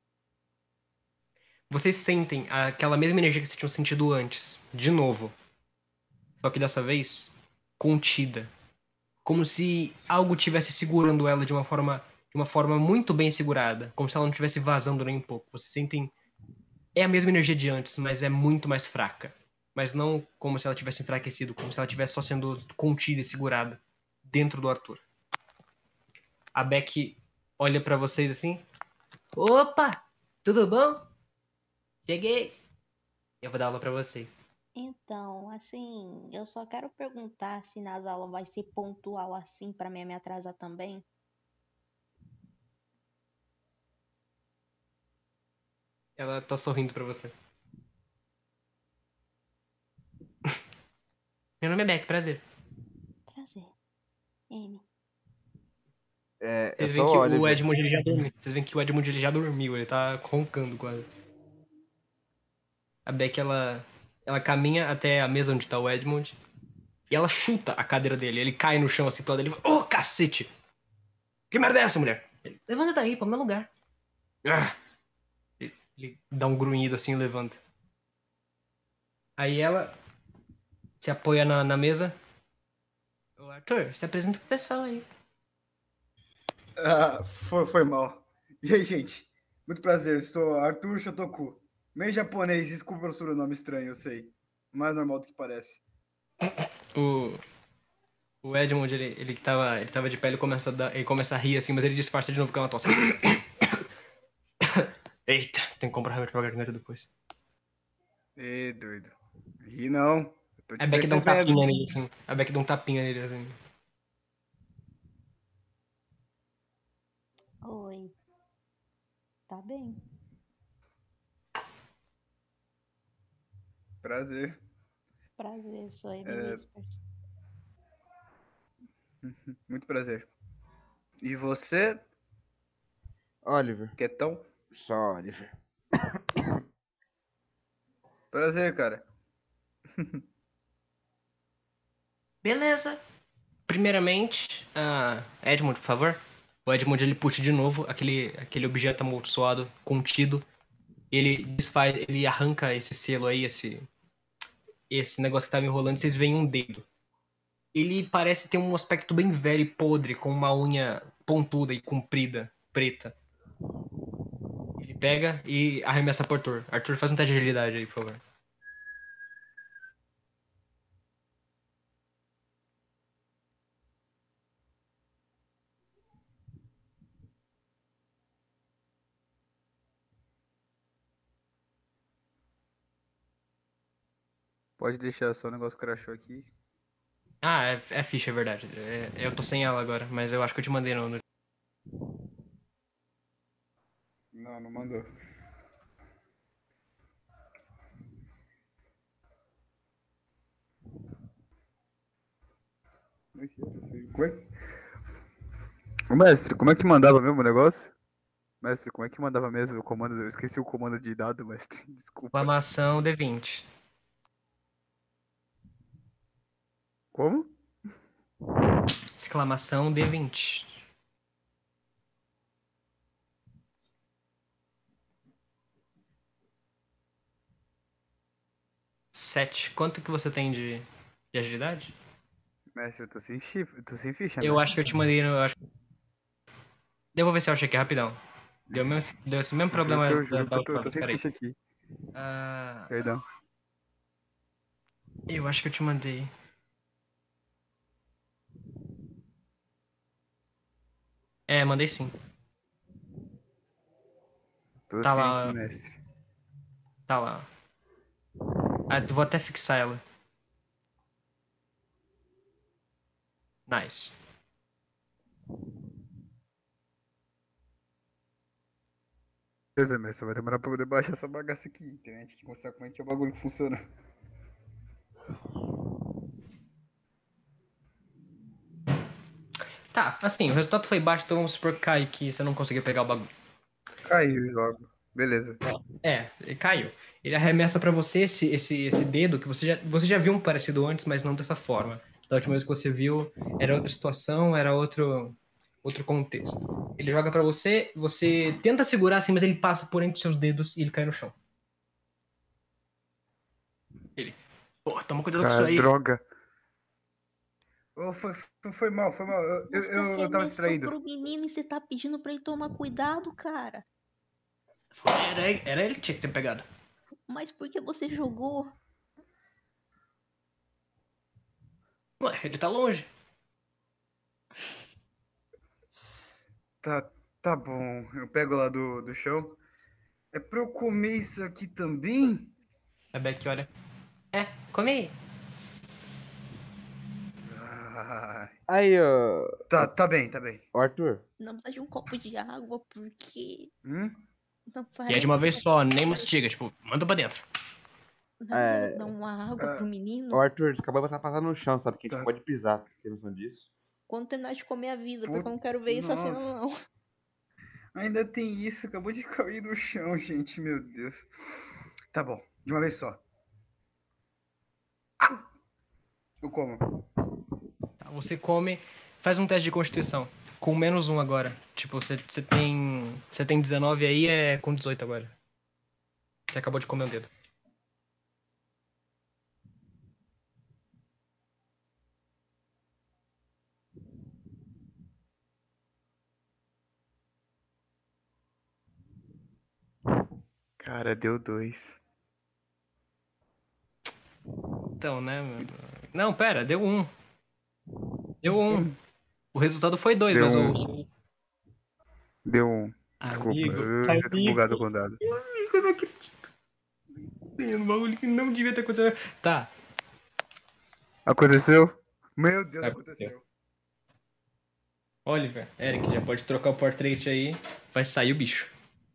Vocês sentem aquela mesma energia que vocês tinham sentido antes, de novo. Só que dessa vez, contida. Como se algo estivesse segurando ela de uma forma muito bem segurada. Como se ela não estivesse vazando nem um pouco. Vocês sentem... É a mesma energia de antes, mas é muito mais fraca. Mas não como se ela tivesse enfraquecido, como se ela estivesse só sendo contida e segurada dentro do Arthur. A Beck olha pra vocês assim. Opa! Tudo bom? Cheguei! Eu vou dar aula pra vocês. Então, assim, eu só quero perguntar se nas aulas vai ser pontual assim pra mim me atrasar também. Ela tá sorrindo pra você. Meu nome é Beck, prazer. Prazer. M. Eu Vocês veem sou que o o Oliver. Edmund ele já dormiu. Vocês veem que o Edmund ele já dormiu, ele tá roncando quase. A Beck ela caminha até a mesa onde tá o Edmund e ela chuta a cadeira dele. Ele cai no chão assim pro lado dele e fala: Ô, cacete! Que merda é essa, mulher? Levanta daí, pra meu lugar. Ele dá um grunhido assim e levanta. Aí ela se apoia na mesa. Ô, Arthur, se apresenta pro pessoal aí. Foi mal. E aí, gente? Muito prazer, sou Arthur Shotoku. Meio japonês, desculpa pelo sobrenome estranho, eu sei. Mais normal do que parece. O, o Edmund, ele tava de pé, ele começa a rir assim, mas ele disfarça de novo que é uma tosse. Eita, tem que comprar remédio pra garganta depois. Ê, doido. Ri não. Eu tô A te Beck dá um percebendo. tapinha nele, assim. A Beck dá um tapinha nele, assim. Oi. Tá bem. Prazer. Prazer, sou a Amy É. Whispers. Muito prazer. E você, Oliver. Quetão? Só Oliver. Prazer, cara. Beleza. Primeiramente, Edmund, por favor. O Edmund, ele puxa de novo aquele objeto amaldiçoado, contido. Ele desfaz, ele arranca esse selo aí, esse negócio que tava enrolando, e vocês veem um dedo. Ele parece ter um aspecto bem velho e podre, com uma unha pontuda e comprida, preta. Ele pega e arremessa pro Arthur. Arthur, faz um teste de agilidade aí, por favor. Pode deixar só o negócio crachou aqui. Ah, é ficha, é verdade. Eu tô sem ela agora, mas eu acho que eu te mandei no. Não, não mandou. Como é que... Ô, mestre, como é que mandava mesmo o negócio? Mestre, como é que mandava mesmo o comando? Eu esqueci o comando de dado, mestre. Desculpa. Exclamação D20. Como? Exclamação D20. Sete. Quanto que você tem de agilidade? Mestre, eu tô sem chifre, tô sem ficha, Eu acho que eu mestre. te mandei no. Eu vou ver se eu achei aqui rapidão. Deu esse mesmo problema Juro que da eu tô, última tô vez, sem peraí. ficha aqui. Ah, Perdão. eu acho que eu te mandei. Mandei sim. Tô Tá sem aqui, lá, mestre. tá lá. Vou até fixar ela. Nice. Beleza, mestre, vai demorar pra poder baixar essa bagaça aqui. Internet que mostrar como é que é o bagulho que funciona. Tá, assim, o resultado foi baixo, então vamos supor que cai que você não conseguiu pegar o bagulho. Caiu logo. Beleza. Ele caiu. Ele arremessa pra você esse dedo que você já viu um parecido antes, mas não dessa forma. Da última vez que você viu, era outra situação, era outro contexto. Ele joga pra você, você tenta segurar assim, mas ele passa por entre seus dedos e ele cai no chão. Ele, pô, toma cuidado com isso Cara, aí. droga. Oh, foi mal, foi mal. Você Eu tava arremessou distraído. pro menino e você tá pedindo pra ele tomar cuidado, cara. Era ele que tinha que ter pegado. Mas por que você jogou? Ué, ele tá longe. Tá bom. Eu pego lá do chão. É pra eu comer isso aqui também? A Beck olha. Come aí. Ai, Aí, ô. tá bem, tá bem. Ô, Arthur. Não precisa de um copo de água porque Hum? não E é de parece. uma vez só, nem mastiga, tipo, manda pra dentro. Não É. quero dar uma água pro Ô, menino. Arthur, você acabou de passar no chão, sabe? Que a gente Tá. pode pisar. Tem noção disso? Quando terminar de comer, avisa, porque Put- eu não quero ver essa cena, Nossa. não. Ainda tem isso, acabou de cair no chão, gente, meu Deus. Tá bom, de uma vez só. Eu como. Tá, você come, faz um teste de constituição. Com -1 agora. Tipo, você tem 19 aí, é com 18 agora. Você acabou de comer um dedo. Cara, deu 2. Então, né, mano? Não, pera, deu 1. Deu 1. O resultado foi 2, Deu mas o. 1. Deu 1. Desculpa, Amigo, eu já tô amigo, bugado com o dado. amigo, eu não acredito. Tem um bagulho que não devia ter acontecido. Tá. Aconteceu? Meu Deus, Aconteceu. aconteceu. Oliver, Eric, já pode trocar o portrait aí. Vai sair o bicho.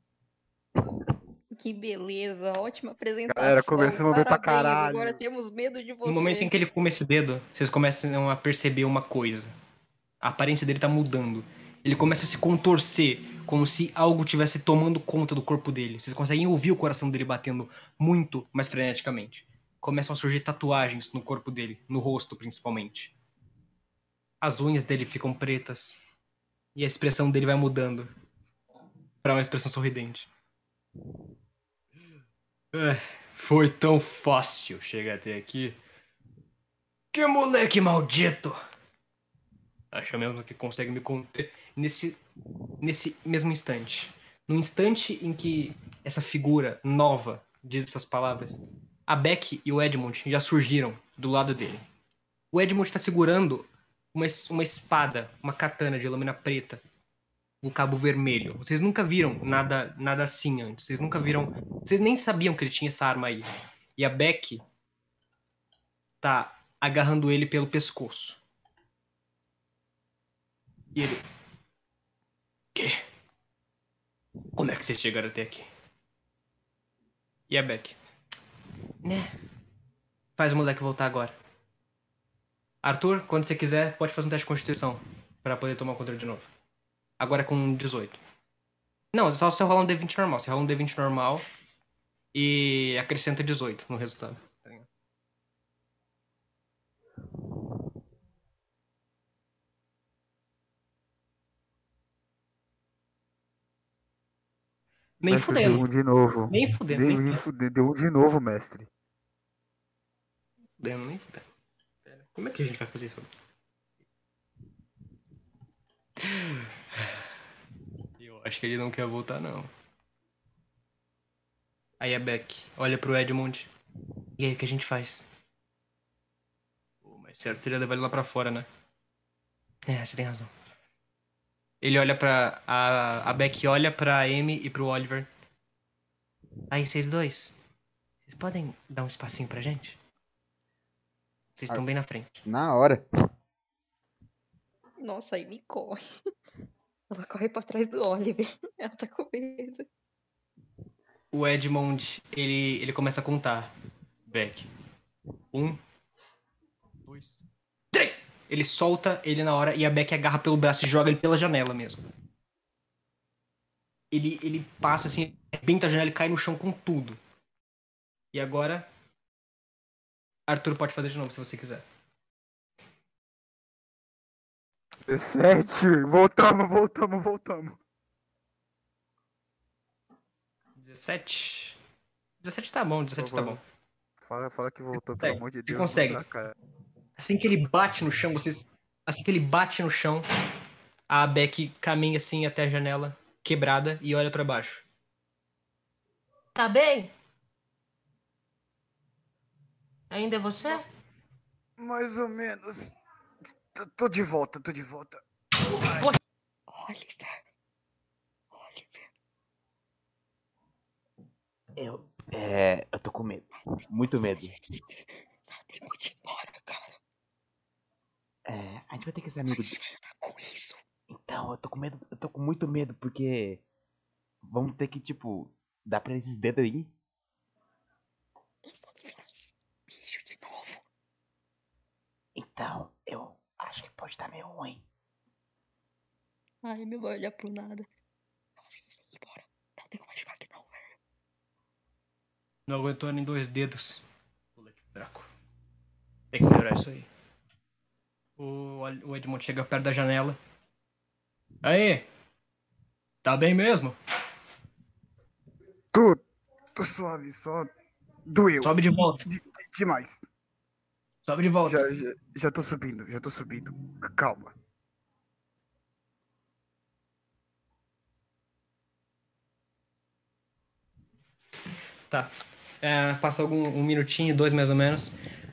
Que beleza, ótima apresentação. Galera, começamos bem pra Parabéns, caralho. agora temos medo de você. No momento em que ele come esse dedo, vocês começam a perceber uma coisa. A aparência dele tá mudando. Ele começa a se contorcer, como se algo tivesse tomando conta do corpo dele. Vocês conseguem ouvir o coração dele batendo muito mais freneticamente. Começam a surgir tatuagens no corpo dele, no rosto principalmente. As unhas dele ficam pretas. E a expressão dele vai mudando para uma expressão sorridente. Foi tão fácil chegar até aqui. Que moleque maldito! Acha mesmo que consegue me conter nesse mesmo instante. No instante em que essa figura nova diz essas palavras, a Beck e o Edmund já surgiram do lado dele. O Edmund está segurando uma espada, uma katana de lâmina preta, um cabo vermelho. Vocês nunca viram nada assim antes. Vocês nunca viram. Vocês nem sabiam que ele tinha essa arma aí. E a Beck tá agarrando ele pelo pescoço. E ele. Quê? Como é que vocês chegaram até aqui? E a Beck? Né? Faz o moleque voltar agora. Arthur, quando você quiser, pode fazer um teste de constituição pra poder tomar o controle de novo. Agora com 18. Não, só você rolar um D20 normal. Você rola um D20 normal e acrescenta 18 no resultado. Tá ligado? Nem Mestre, fudendo. deu 1 de novo. Nem fudendo, nem fudendo. Deu 1 de novo, mestre. Nem fudendo. Pera, como é que a gente vai fazer isso? Eu acho que ele não quer voltar, não. Aí a Beck olha pro Edmund. E aí, o que a gente faz? Pô, mas certo seria levar ele lá pra fora, né? É, você tem razão. Ele olha pra... A Beck olha pra Amy e pro Oliver. Aí, vocês dois. Vocês podem dar um espacinho pra gente? Vocês estão bem na frente. Na hora. Nossa, aí me corre. Ela corre pra trás do Oliver. Ela tá com medo. O Edmund, ele começa a contar. Beck. 1, 2, 3! Ele solta ele na hora e a Beck agarra pelo braço e joga ele pela janela mesmo. Ele passa assim, arrebenta a janela e cai no chão com tudo. E agora... Arthur pode fazer de novo, se você quiser. 17. Voltamos. 17? 17 tá bom, 17 tá bom. Fala que voltou, Você pelo amor de consegue, você Deus. consegue. Manda, cara. Assim que ele bate no chão, Assim que ele bate no chão, a Beck caminha assim até a janela, quebrada, e olha pra baixo. Tá bem? Ainda é você? Mais ou menos. Tô de volta. Oliver. Eu tô com medo. Muito medo. Tá tempo de ir embora, cara. A gente vai ter que ser amigo A gente vai andar com isso. Então, eu tô com medo, eu tô com muito medo, porque vamos ter que, tipo, dar pra esses dedos aí. Eles podem virar esse bicho de novo. Então, eu acho que pode dar meio ruim. Ai, meu vai olhar pro nada. Não, a gente tem que ir embora. Não tem como ficar aqui não, velho. Não aguentou nem 2 dedos. Moleque fraco. Tem que melhorar isso aí. O Edmund chega perto da janela. Aí! Tá bem mesmo? Tô suave, só doeu. Sobe de volta. Demais. Sobe de volta. Já tô subindo. Calma. Tá. Passa um minutinho, 2 mais ou menos.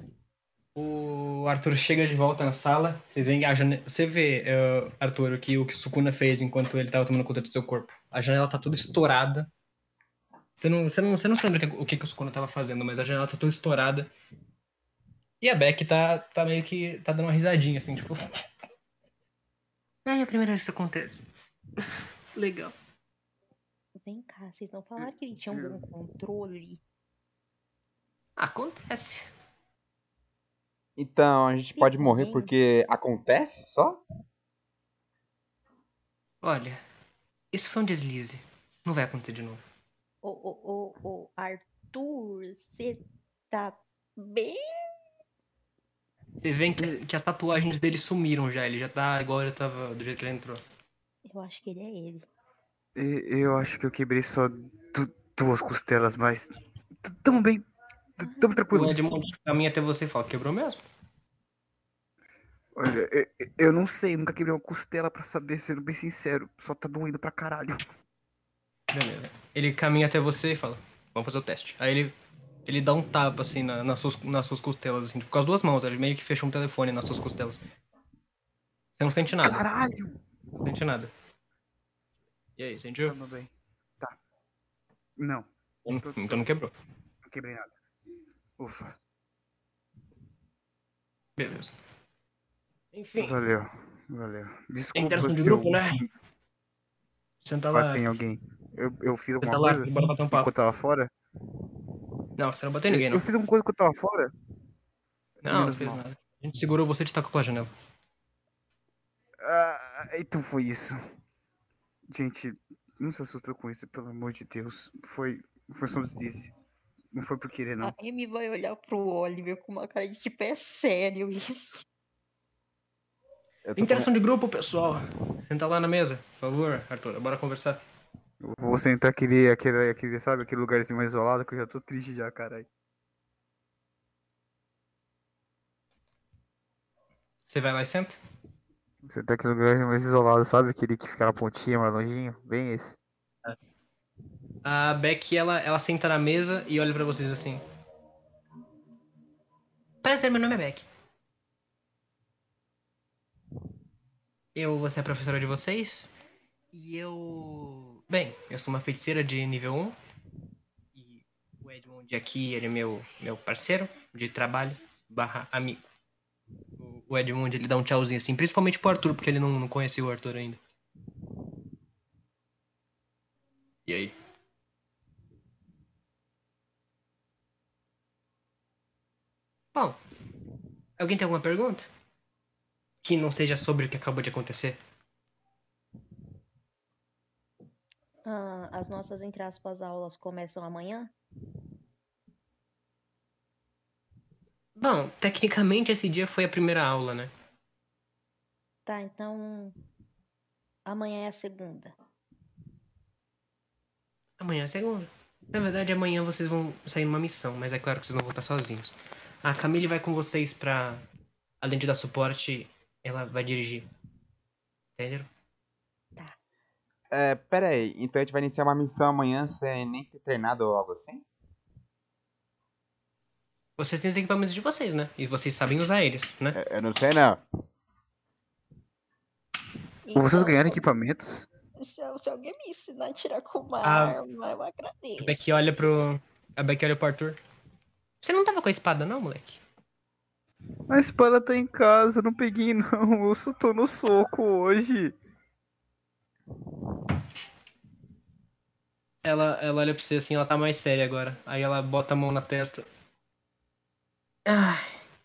O Arthur chega de volta na sala. Vocês veem a janela. Você vê, Arthur, o que Sukuna fez enquanto ele tava tomando conta do seu corpo. A janela tá toda estourada. Você não se lembra o que o Sukuna tava fazendo, mas a janela tá toda estourada. E a Beck tá meio que. Tá dando uma risadinha, assim, tipo. É a primeira vez que isso acontece. Legal. Vem cá, vocês não falaram que ele tinha um bom controle? Acontece. Então, a gente Tem pode morrer alguém? porque acontece só? Olha, isso foi um deslize. Não vai acontecer de novo. Ô, Arthur, você tá bem? Vocês veem que as tatuagens dele sumiram já. Ele já tá igual ele tava do jeito que ele entrou. Eu acho que ele é ele. Eu acho que eu quebrei só 2 costelas, mas tamo bem, tamo O tranquilo. Edmond caminha até você e fala, quebrou mesmo? Olha, eu não sei, nunca quebrei uma costela pra saber, sendo bem sincero. Só tá doendo pra caralho. Beleza. Ele caminha até você e fala, vamos fazer o teste. Aí ele dá um tapa, assim, nas suas costelas, assim, com as duas mãos. Ele meio que fechou um telefone nas suas costelas. Você não sente nada. Caralho! Não sente nada. E aí, sentiu? Tamo bem. Tá. Não, Então não quebrou. não quebrei nada. Ufa, Beleza. Enfim, valeu. tem Desculpa interação de se eu grupo, né? Senta lá. bati em alguém. Eu fiz alguma Senta lá, coisa bora bater um papo. enquanto tava fora? Não, você não bateu em ninguém, não. Eu fiz alguma coisa enquanto tava fora? Não, não Menos fez mal. nada. A gente segurou você de taco pela janela. Então foi isso. Gente, não se assusta com isso, pelo amor de Deus. Foi só um deslize. Não foi por querer, não. A Amy vai olhar pro Oliver com uma cara de tipo, é sério isso? Eu tô Interação de grupo, pessoal. Senta lá na mesa, por favor, Arthur. Bora conversar. Eu vou sentar sabe, aquele lugarzinho mais isolado que eu já tô triste já, caralho. Você vai lá e senta? Sentar aquele lugarzinho mais isolado, sabe? Aquele que fica na pontinha, mais longinho. Bem esse. A Beck, ela senta na mesa e olha pra vocês assim. Prazer, meu nome é Beck. Eu vou ser a professora de vocês. E eu... Bem, eu sou uma feiticeira de nível 1. E o Edmond aqui, ele é meu parceiro de trabalho barra amigo. O Edmond, ele dá um tchauzinho assim, principalmente pro Arthur, porque ele não conhecia o Arthur ainda. E aí? Bom, alguém tem alguma pergunta? Que não seja sobre o que acabou de acontecer? As nossas, entre aspas, aulas começam amanhã? Bom, tecnicamente esse dia foi a primeira aula, né? Tá, então. Amanhã é a segunda. Amanhã é segunda. Na verdade, amanhã vocês vão sair numa missão, mas é claro que vocês não vão estar sozinhos. A Camille vai com vocês pra... Além de dar suporte, ela vai dirigir. Entenderam? Pera aí, então a gente vai iniciar uma missão amanhã sem nem ter treinado ou algo assim? Vocês têm os equipamentos de vocês, né? E vocês sabem usar eles, né? Eu não sei não. Vocês Então, ganharam equipamentos? se alguém me ensinar a tirar com uma A- arma, eu agradeço. A Beck olha pro Arthur. Você não tava com a espada, não, moleque? A espada tá em casa, eu não peguei não. Eu só tô no soco hoje. Ela olha pra você assim, ela tá mais séria agora. Aí ela bota a mão na testa. Ai,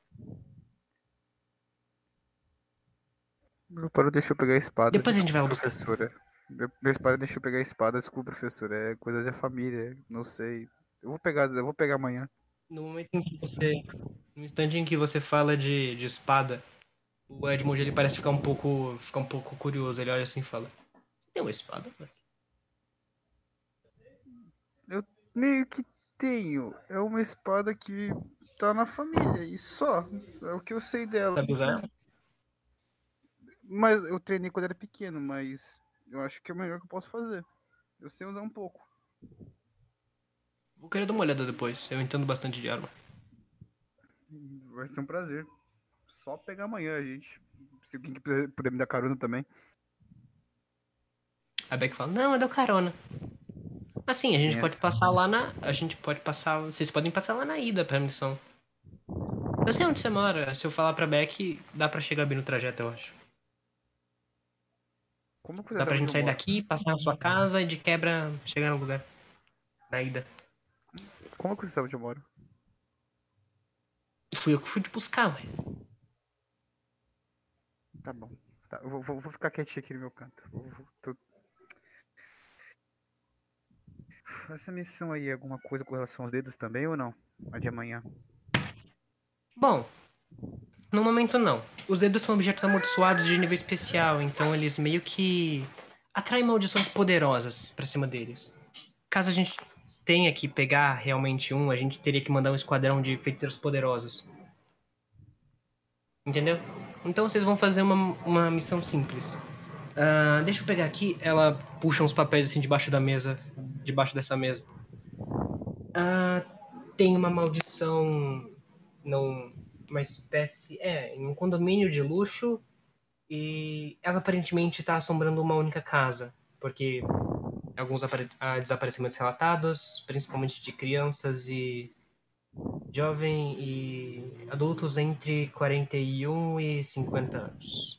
Meu pai deixou eu pegar a espada. depois a gente vai lá Desculpa, buscar. professora. Meu pai deixou eu pegar a espada, desculpa, professora. É coisa da família, não sei. Eu vou pegar amanhã. No momento em que você. No instante em que você fala de espada, o Edmund ele parece ficar um pouco curioso. Ele olha assim e fala: Tem uma espada, moleque? Eu meio que tenho. É uma espada que tá na família e só. É o que eu sei dela. Sabe usar ela? Mas eu treinei quando era pequeno, mas eu acho que é o melhor que eu posso fazer. Eu sei usar um pouco. Vou querer dar uma olhada depois. Eu entendo bastante de arma. Vai ser um prazer. Só pegar amanhã, gente. Se alguém puder me dar carona também. A Beck fala, não, eu dou carona. Assim, a gente Tem pode essa. passar lá na... A gente pode passar... Vocês podem passar lá na ida pra missão. Eu sei onde você mora. Se eu falar pra Beck, dá pra chegar bem no trajeto, eu acho. Como que você Dá pra sabe onde gente eu sair moro? daqui, passar na sua casa e de quebra chegar no lugar. Na ida. Como que você sabe onde eu moro? Fui eu que fui te buscar, ué. Tá bom. Tá, eu vou ficar quietinho aqui no meu canto. Essa missão aí é alguma coisa com relação aos dedos também ou não? A de amanhã. Bom, no momento não. Os dedos são objetos amaldiçoados de nível especial, então eles meio que atraem maldições poderosas pra cima deles. Caso a gente tenha que pegar realmente um, a gente teria que mandar um esquadrão de feiticeiros poderosos. Entendeu? Então vocês vão fazer uma missão simples. Deixa eu pegar aqui. Ela puxa uns papéis assim debaixo da mesa. Debaixo dessa mesa. Tem uma maldição uma espécie. Em um condomínio de luxo. E ela aparentemente está assombrando uma única casa. Porque alguns desaparecimentos relatados, principalmente de crianças e jovem e adultos entre 41 e 50 anos.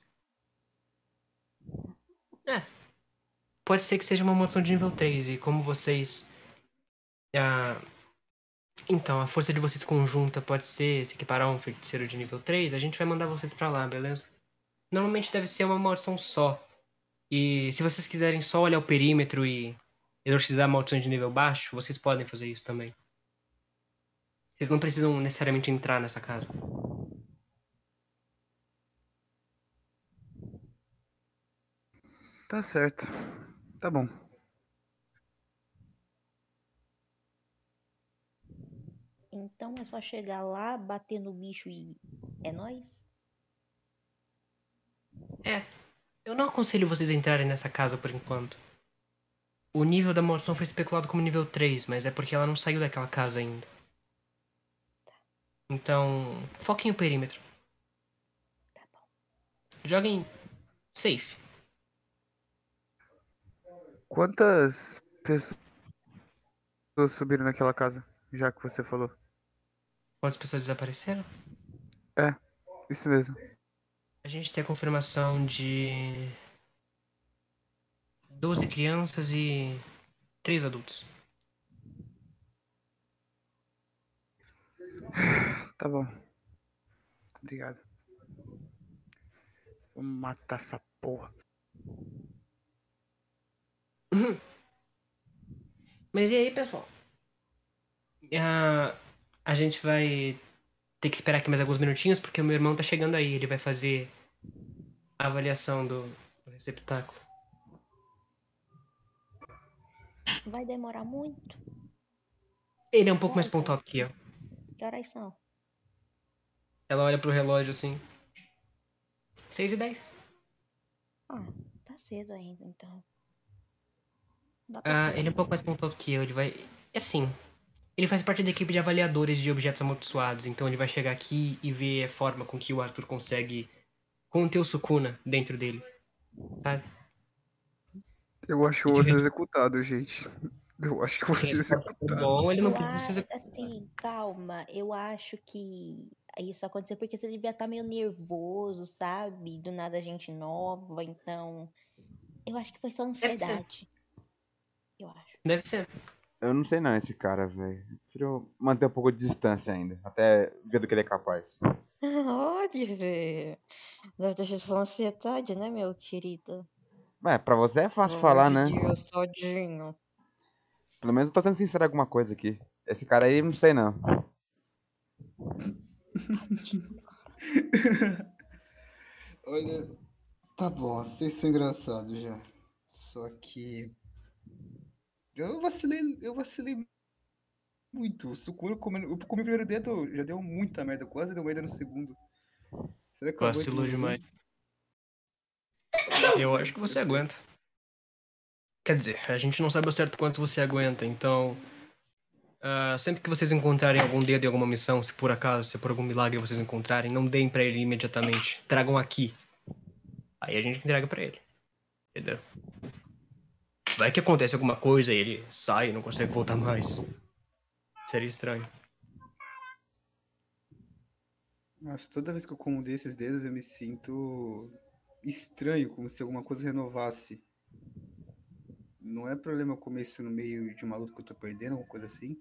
Pode ser que seja uma maldição de nível 3 e como vocês... Então, a força de vocês conjunta pode se equiparar a um feiticeiro de nível 3, a gente vai mandar vocês pra lá, beleza? Normalmente deve ser uma maldição só. E se vocês quiserem só olhar o perímetro e exorcizar maldições de nível baixo, vocês podem fazer isso também. Vocês não precisam necessariamente entrar nessa casa. Tá certo. Tá bom. Então é só chegar lá, bater no bicho e é nóis? Eu não aconselho vocês a entrarem nessa casa por enquanto. O nível da maldição foi especulado como nível 3, mas é porque ela não saiu daquela casa ainda. Então, foquem o perímetro. Tá bom. Joguem safe. Quantas pessoas subiram naquela casa? Já que você falou. Quantas pessoas desapareceram? É, isso mesmo. A gente tem a confirmação de 12 crianças e 3 adultos. Tá bom. Obrigado. Vamos matar essa porra. Mas e aí, pessoal? A gente vai ter que esperar aqui mais alguns minutinhos, porque o meu irmão tá chegando aí. Ele vai fazer a avaliação do receptáculo. Vai demorar muito? Ele é um pouco mais Horas são? pontual que eu. Que horas são? Ela olha pro relógio assim. 6:10. Ah, tá cedo ainda, então. Dá pra esperar. Ele é um pouco mais pontual que eu. Ele vai... Assim, ele faz parte da equipe de avaliadores de objetos amaldiçoados. Então ele vai chegar aqui e ver a forma com que o Arthur consegue conter o Sukuna dentro dele. Sabe? Eu acho que eu vou ser executado, gente. Eu acho que eu vou Se ser esse for executado. bom, ele não Eu precisa ser acho, assim, calma. Eu acho que isso aconteceu porque você devia estar meio nervoso, sabe? Do nada gente nova, então. Eu acho que foi só Deve ser. ansiedade. Eu acho. Deve ser. Eu não sei não esse cara, velho. Prefiro manter um pouco de distância ainda. Até ver do que ele é capaz. Pode ver. Deve ter sido só ansiedade, né, meu querido? Pra você é fácil falar, né? Deus, todinho. Pelo menos eu tô sendo sincero em alguma coisa aqui. Esse cara aí, não sei não. Olha, tá bom, vocês são engraçados já. Só que eu vacilei muito. O Sukuna eu comi o primeiro dedo, já deu muita merda, quase deu merda no segundo. Será que eu aguento Vacilou mais um? demais. Eu acho que você aguenta. Quer dizer, a gente não sabe ao certo quantos você aguenta, então... Sempre que vocês encontrarem algum dedo em alguma missão, se por acaso, se por algum milagre vocês encontrarem, não deem pra ele imediatamente. Tragam aqui. Aí a gente entrega pra ele. Entendeu? Vai que acontece alguma coisa e ele sai e não consegue voltar mais. Seria estranho. Nossa, toda vez que eu como desses dedos, eu me sinto estranho, como se alguma coisa renovasse. Não é problema eu comer isso no meio de uma luta que eu tô perdendo, alguma coisa assim?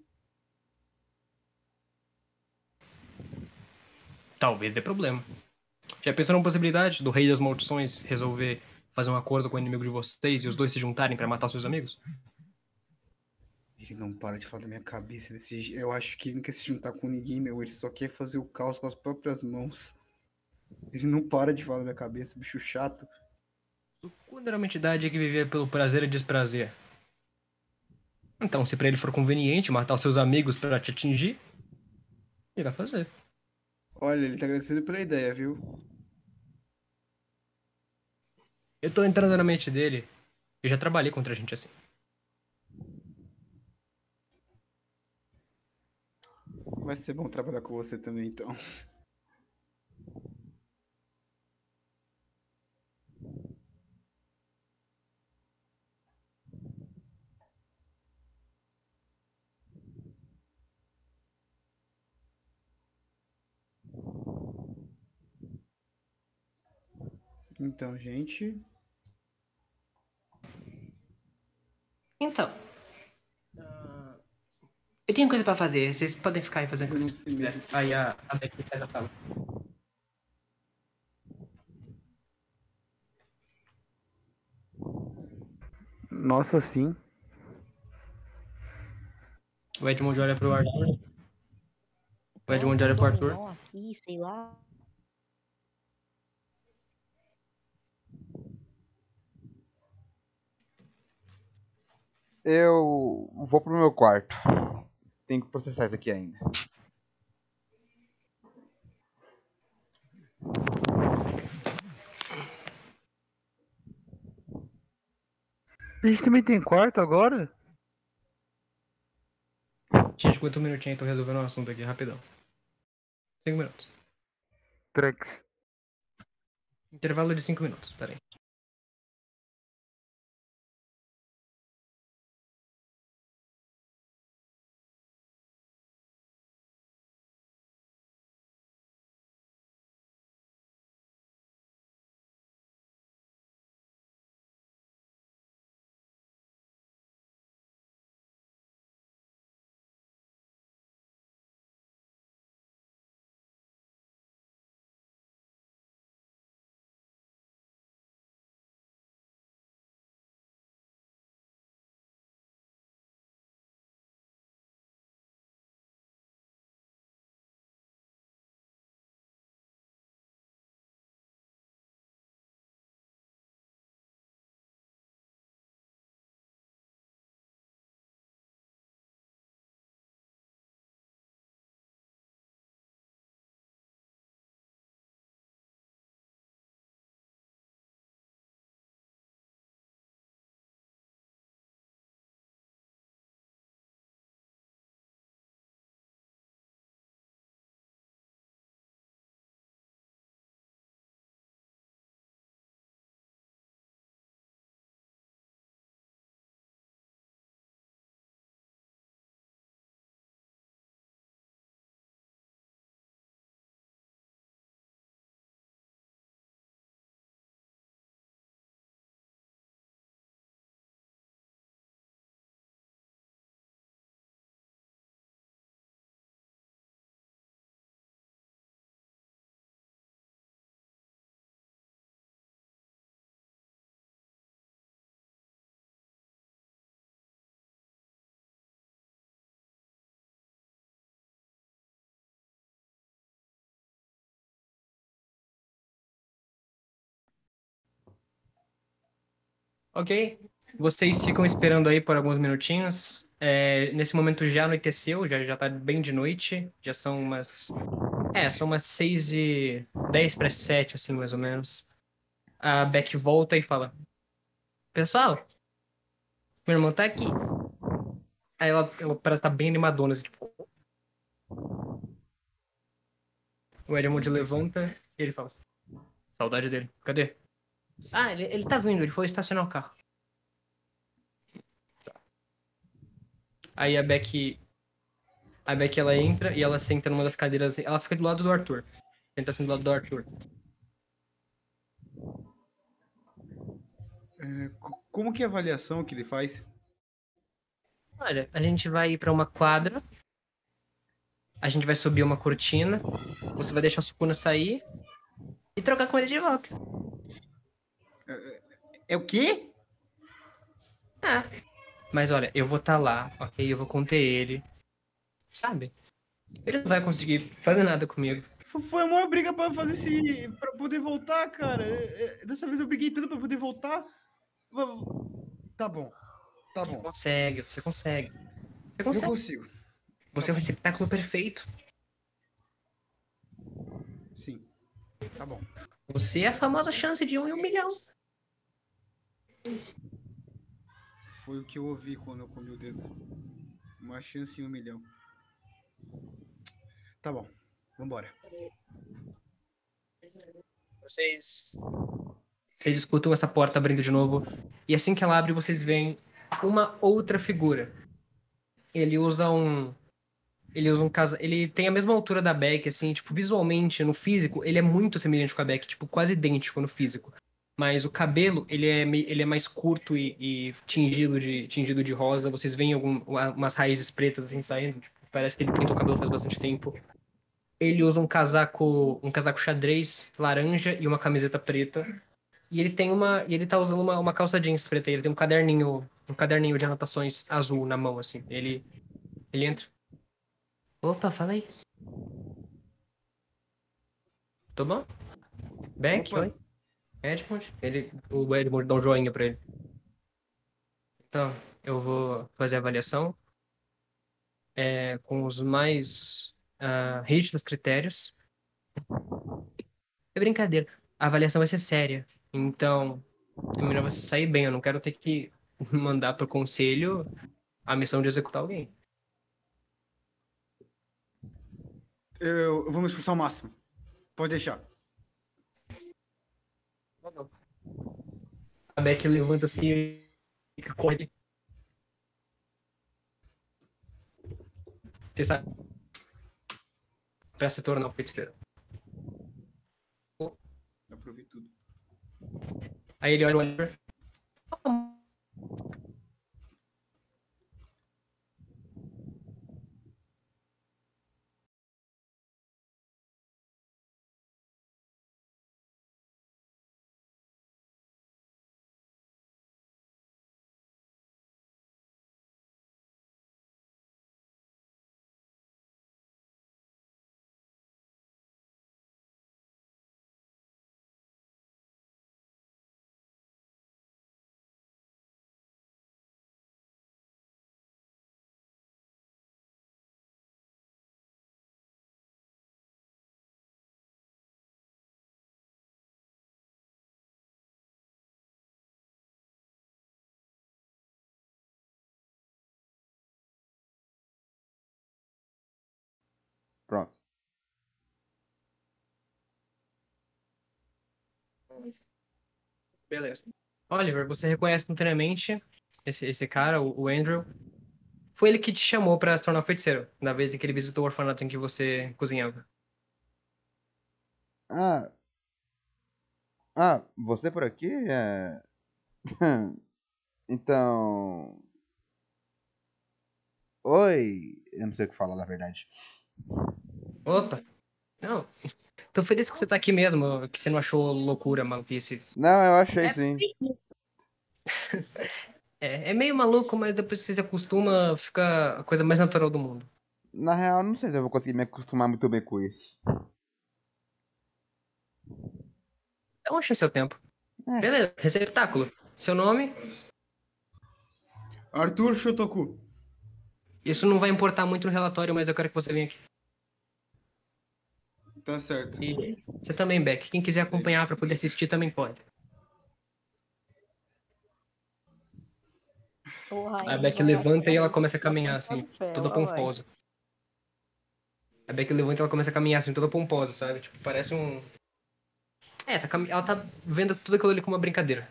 Talvez dê problema. Já pensou numa possibilidade do Rei das Maldições resolver fazer um acordo com o inimigo de vocês e os dois se juntarem pra matar seus amigos? Ele não para de falar da minha cabeça desse jeito. Eu acho que ele não quer se juntar com ninguém, não. Ele só quer fazer o caos com as próprias mãos. Ele não para de falar da minha cabeça, bicho chato. Quando era uma entidade que vivia pelo prazer e desprazer. Então, se pra ele for conveniente matar os seus amigos pra te atingir, ele vai fazer. Olha, ele tá agradecendo pela ideia, viu? Eu tô entrando na mente dele. Eu já trabalhei contra gente assim. Vai ser bom trabalhar com você também, então. Então, gente. Então. Eu tenho coisa pra fazer. Vocês podem ficar aí fazendo Eu o que não vocês sei quiserem. mesmo. Aí a Becky sai da sala. Nossa, sim. O Edmund olha pro Arthur. O Edmund olha pro Arthur. Dominó aqui, sei lá. Eu vou pro meu quarto. Tenho que processar isso aqui ainda. A gente também tem quarto agora? Gente, aguenta um minutinho, tô resolvendo um assunto aqui, rapidão. 5 minutos. Trex. Intervalo de 5 minutos, peraí. Ok. Vocês ficam esperando aí por alguns minutinhos. Nesse momento já anoiteceu, já tá bem de noite. Já são umas. São umas 6:10 para 7, assim, mais ou menos. A Beck volta e fala: Pessoal, meu irmão tá aqui. Aí ela parece estar bem animadona, assim, tipo... O Edmund levanta e ele fala... Saudade dele. Cadê? Ah, ele tá vindo, ele foi estacionar o carro. Aí a Beck, ela entra e ela senta numa das cadeiras. Ela fica do lado do Arthur. Senta assim do lado do Arthur. Como que é a avaliação que ele faz? Olha, a gente vai ir pra uma quadra. A gente vai subir uma cortina. Você vai deixar o Sukuna sair e trocar com ele de volta. É o quê? Ah. Mas olha, eu vou estar lá, ok? Eu vou conter ele. Sabe? Ele não vai conseguir fazer nada comigo. Foi uma briga pra fazer pra poder voltar, cara. Dessa vez eu briguei tanto pra poder voltar. Tá bom. Tá Você bom. consegue, você consegue. Você Eu consegue. consigo. Você é o receptáculo perfeito. Sim. Tá bom. Você é a famosa chance de 1 em 1 milhão. Foi o que eu ouvi quando eu comi o dedo. Uma chance em 1 milhão. Tá bom. Vambora. Vocês escutam essa porta abrindo de novo. E assim que ela abre, vocês veem uma outra figura. Ele usa um casaco. Ele tem a mesma altura da Beck, assim, tipo, visualmente, no físico, ele é muito semelhante com a Beck, tipo, quase idêntico no físico. Mas o cabelo, ele é mais curto e tingido de rosa. Vocês veem umas raízes pretas assim saindo. Tipo, parece que ele pintou o cabelo faz bastante tempo. Ele usa um casaco xadrez laranja e uma camiseta preta. E ele tá usando uma calça jeans preta. Ele tem um caderninho de anotações azul na mão, assim. Ele entra. Opa, fala aí. Tô bom? Beck, Opa. oi? Edmund? O Edmund dá um joinha pra ele. Então, eu vou fazer a avaliação com os mais rígidos critérios. É brincadeira. A avaliação vai ser séria. Então, é melhor você sair bem. Eu não quero ter que mandar pro conselho a missão de executar alguém. Eu vou me esforçar ao máximo. Pode deixar. A Beck levanta assim e corre. Você sabe? Pra se tornar um feiticeiro. Eu provei tudo. Aí ele olha o Oliver. Pronto. Beleza. Oliver, você reconhece instantaneamente esse cara, o Andrew. Foi ele que te chamou pra se tornar um feiticeiro, na vez em que ele visitou o orfanato em que você cozinhava. Ah, você por aqui? Então. Oi! Eu não sei o que falar, na verdade. Opa! Não, tô feliz que você tá aqui mesmo, que você não achou loucura, maluquice. Não, eu achei É, sim. é meio maluco, mas depois que você se acostuma, fica a coisa mais natural do mundo. Na real, não sei se eu vou conseguir me acostumar muito bem com isso. Então achei seu tempo. É. Beleza, receptáculo. Seu nome? Arthur Shotoku. Isso não vai importar muito no relatório, mas eu quero que você venha aqui. Tá certo. E você também, Beck. Quem quiser acompanhar pra poder assistir também pode. O A Ryan Beck vai levanta e ela atrás começa a da caminhar, ponta assim, do pé, toda ela vai. pomposa. A Beck levanta e ela começa a caminhar, assim, toda pomposa, sabe? Tipo, parece um... ela tá vendo tudo aquilo ali como uma brincadeira.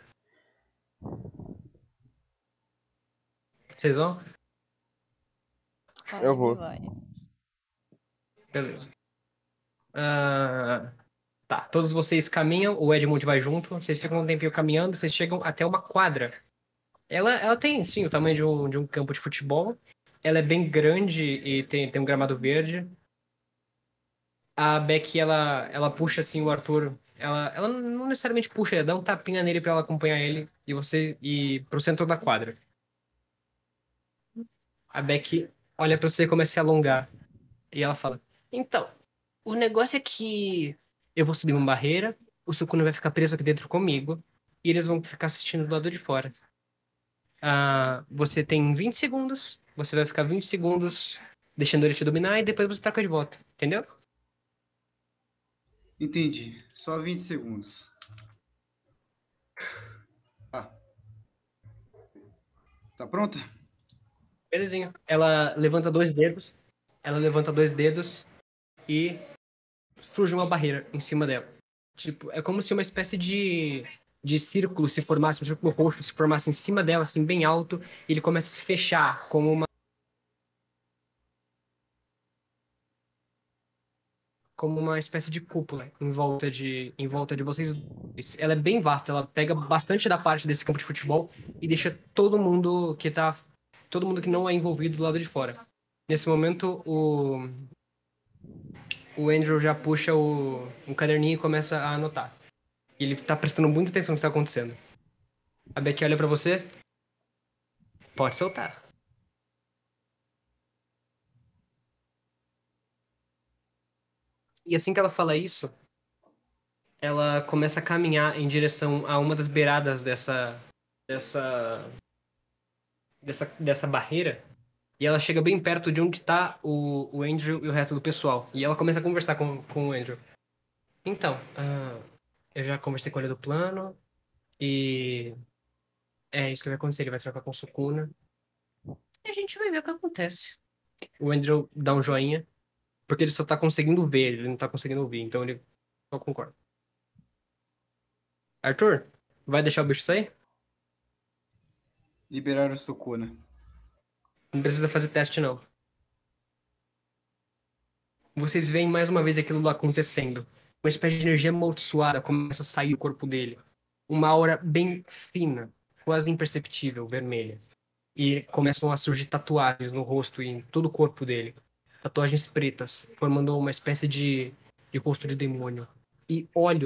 Vocês vão? Eu Ryan vou. vai. Beleza. Ah, tá, todos vocês caminham, o Edmund vai junto, vocês ficam um tempinho caminhando, vocês chegam até uma quadra. Ela tem, sim, o tamanho de um campo de futebol. Ela é bem grande e tem um gramado verde. A Beck, ela puxa, assim, o Arthur. Ela não necessariamente puxa, ela dá um tapinha nele pra ela acompanhar ele e você ir pro centro da quadra. A Beck olha pra você e começa a se alongar. E ela fala: Então, o negócio é que eu vou subir uma barreira, o Sukuna vai ficar preso aqui dentro comigo, e eles vão ficar assistindo do lado de fora. Você tem 20 segundos, você vai ficar 20 segundos deixando ele te dominar e depois você troca de volta, entendeu? Entendi. Só 20 segundos. Ah, tá pronta? Belezinha. Ela levanta dois dedos e surge uma barreira em cima dela. Tipo, é como se uma espécie de círculo se formasse, um círculo roxo se formasse em cima dela, assim, bem alto, e ele começa a se fechar como uma espécie de cúpula em volta de vocês dois. Ela é bem vasta, ela pega bastante da parte desse campo de futebol e deixa todo mundo que não é envolvido do lado de fora. Nesse momento, o Andrew já puxa um caderninho e começa a anotar. E ele tá prestando muita atenção no que tá acontecendo. A Becky olha pra você. Pode soltar. E assim que ela fala isso, ela começa a caminhar em direção a uma das beiradas dessa, dessa barreira. E ela chega bem perto de onde tá o Andrew e o resto do pessoal. E ela começa a conversar com o Andrew. Então, eu já conversei com ele do plano. E é isso que vai acontecer. Ele vai trocar com o Sukuna. E a gente vai ver o que acontece. O Andrew dá um joinha. Porque ele só tá conseguindo ver, ele não tá conseguindo ouvir. Então ele só concorda. Arthur, vai deixar o bicho sair? Liberar o Sukuna. Não precisa fazer teste, não. Vocês veem mais uma vez aquilo lá acontecendo. Uma espécie de energia amaldiçoada começa a sair do corpo dele. Uma aura bem fina, quase imperceptível, vermelha. E começam a surgir tatuagens no rosto e em todo o corpo dele. Tatuagens pretas, formando uma espécie de rosto de demônio. E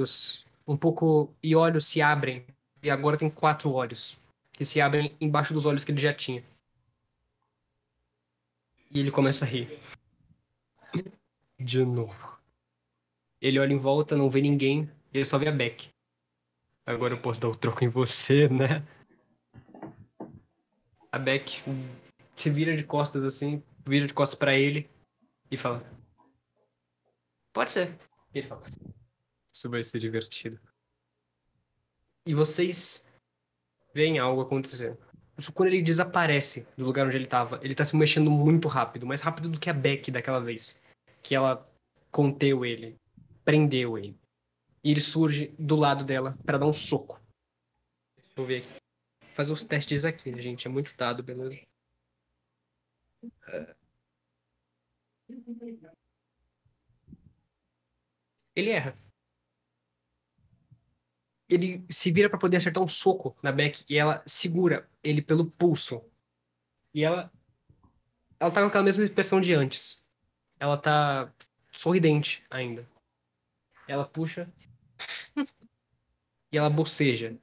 olhos se abrem. E agora tem 4 olhos que se abrem embaixo dos olhos que ele já tinha. E ele começa a rir. De novo. Ele olha em volta, não vê ninguém, ele só vê a Beck. Agora eu posso dar o troco em você, né? A Beck se vira de costas assim, vira de costas pra ele e fala: Pode ser. E ele fala: Isso vai ser divertido. E vocês veem algo acontecer. O Sukuna ele desaparece do lugar onde ele tava. Ele tá se mexendo muito rápido, mais rápido do que a Beck daquela vez. Que ela conteu ele, prendeu ele. E ele surge do lado dela pra dar um soco. Deixa eu ver aqui. Fazer os testes aqui, gente. É muito dado, beleza? Ele erra. Ele se vira pra poder acertar um soco na Beck e ela segura ele pelo pulso. E ela tá com aquela mesma expressão de antes. Ela tá sorridente ainda. Ela puxa e ela boceja.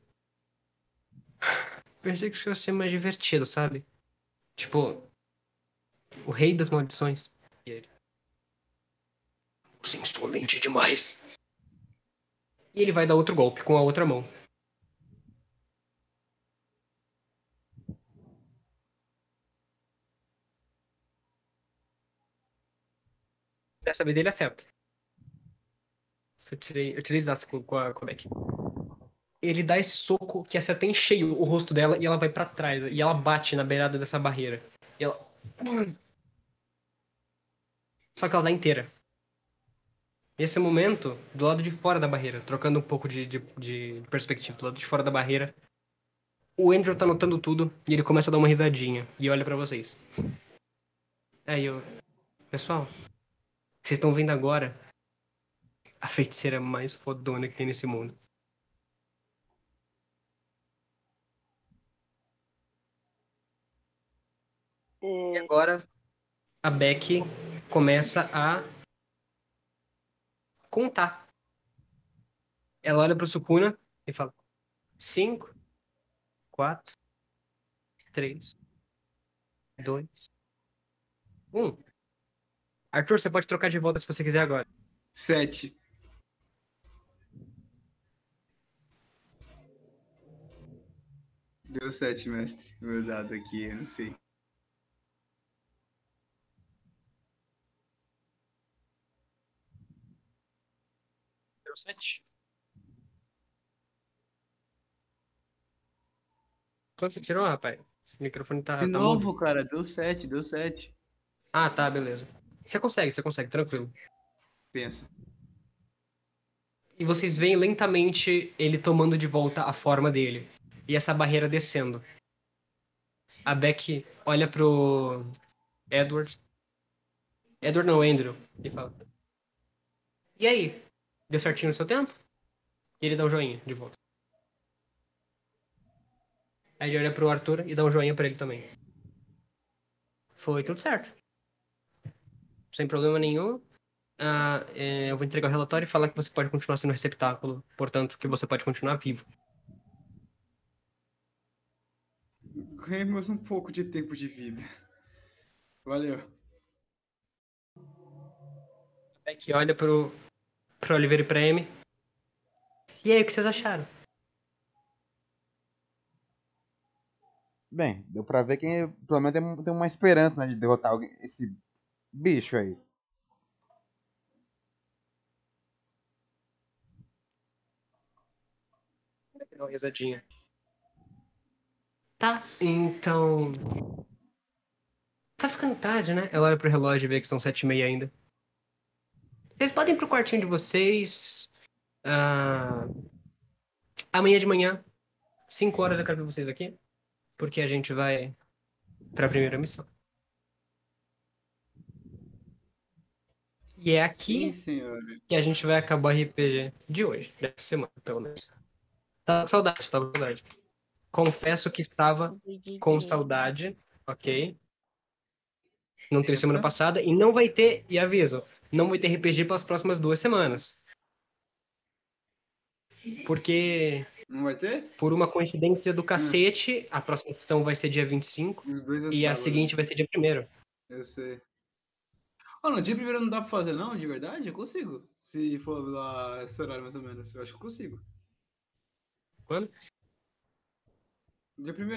Pensei que isso ia ser mais divertido, sabe? Tipo, o rei das maldições. E ele: Você é insolente demais. E ele vai dar outro golpe com a outra mão. Dessa vez ele acerta. Eu tirei desastre com a Beck. ele dá esse soco que acerta em cheio o rosto dela e ela vai pra trás. E ela bate na beirada dessa barreira. E ela... Só que ela tá inteira. Nesse momento, do lado de fora da barreira, trocando um pouco de perspectiva, do lado de fora da barreira, o Andrew tá notando tudo e ele começa a dar uma risadinha e olha pra vocês. Aí eu... Pessoal, vocês estão vendo agora a feiticeira mais fodona que tem nesse mundo. E agora a Becky começa a contar. Ela olha pro Sukuna e fala: 5, 4, 3, 2, 1. Arthur, você pode trocar de volta se você quiser agora. 7. Deu 7, mestre. Meu dado aqui, eu não sei. Deu 7. Quanto você tirou, rapaz? O microfone tá De tá novo, mudo. cara, deu 7, deu 7. Ah, tá, beleza. Você consegue, tranquilo. Pensa. E vocês veem lentamente ele tomando de volta a forma dele. E essa barreira descendo. A Becky olha pro Edward. Edward não, Andrew. E fala: E aí? Deu certinho no seu tempo? E ele dá um joinha de volta. Aí ele olha pro Arthur e dá um joinha pra ele também. Foi tudo certo. Sem problema nenhum. Eu vou entregar o relatório e falar que você pode continuar sendo receptáculo. Portanto, que você pode continuar vivo. Ganhamos um pouco de tempo de vida. Valeu. A Becky olha pro Oliver e pra Amy. E aí, o que vocês acharam? Bem, deu pra ver que pelo menos tem uma esperança, né, de derrotar esse bicho aí. Dá uma risadinha. Tá, então... Tá ficando tarde, né? Ela olha pro relógio e vê que são 7h30 ainda. Vocês podem ir pro quartinho de vocês. Amanhã de manhã, 5 horas eu quero ver vocês aqui. Porque a gente vai pra primeira missão. E é Sim, aqui senhor. que a gente vai acabar o RPG de hoje, dessa semana, pelo menos. Tava com saudade, tava com saudade. Confesso que estava com saudade, ok? Não teve semana passada e não vai ter, e aviso, não vai ter RPG pelas próximas 2 semanas. Porque, Não vai ter? por uma coincidência do cacete, a próxima sessão vai ser dia 25 Os dois é e a sábado. seguinte vai ser dia 1º. Eu sei. Ah, no dia primeiro não dá pra fazer, não? De verdade? Eu consigo. Se for lá esse horário mais ou menos. Eu acho que eu consigo. Quando? Dia primeiro.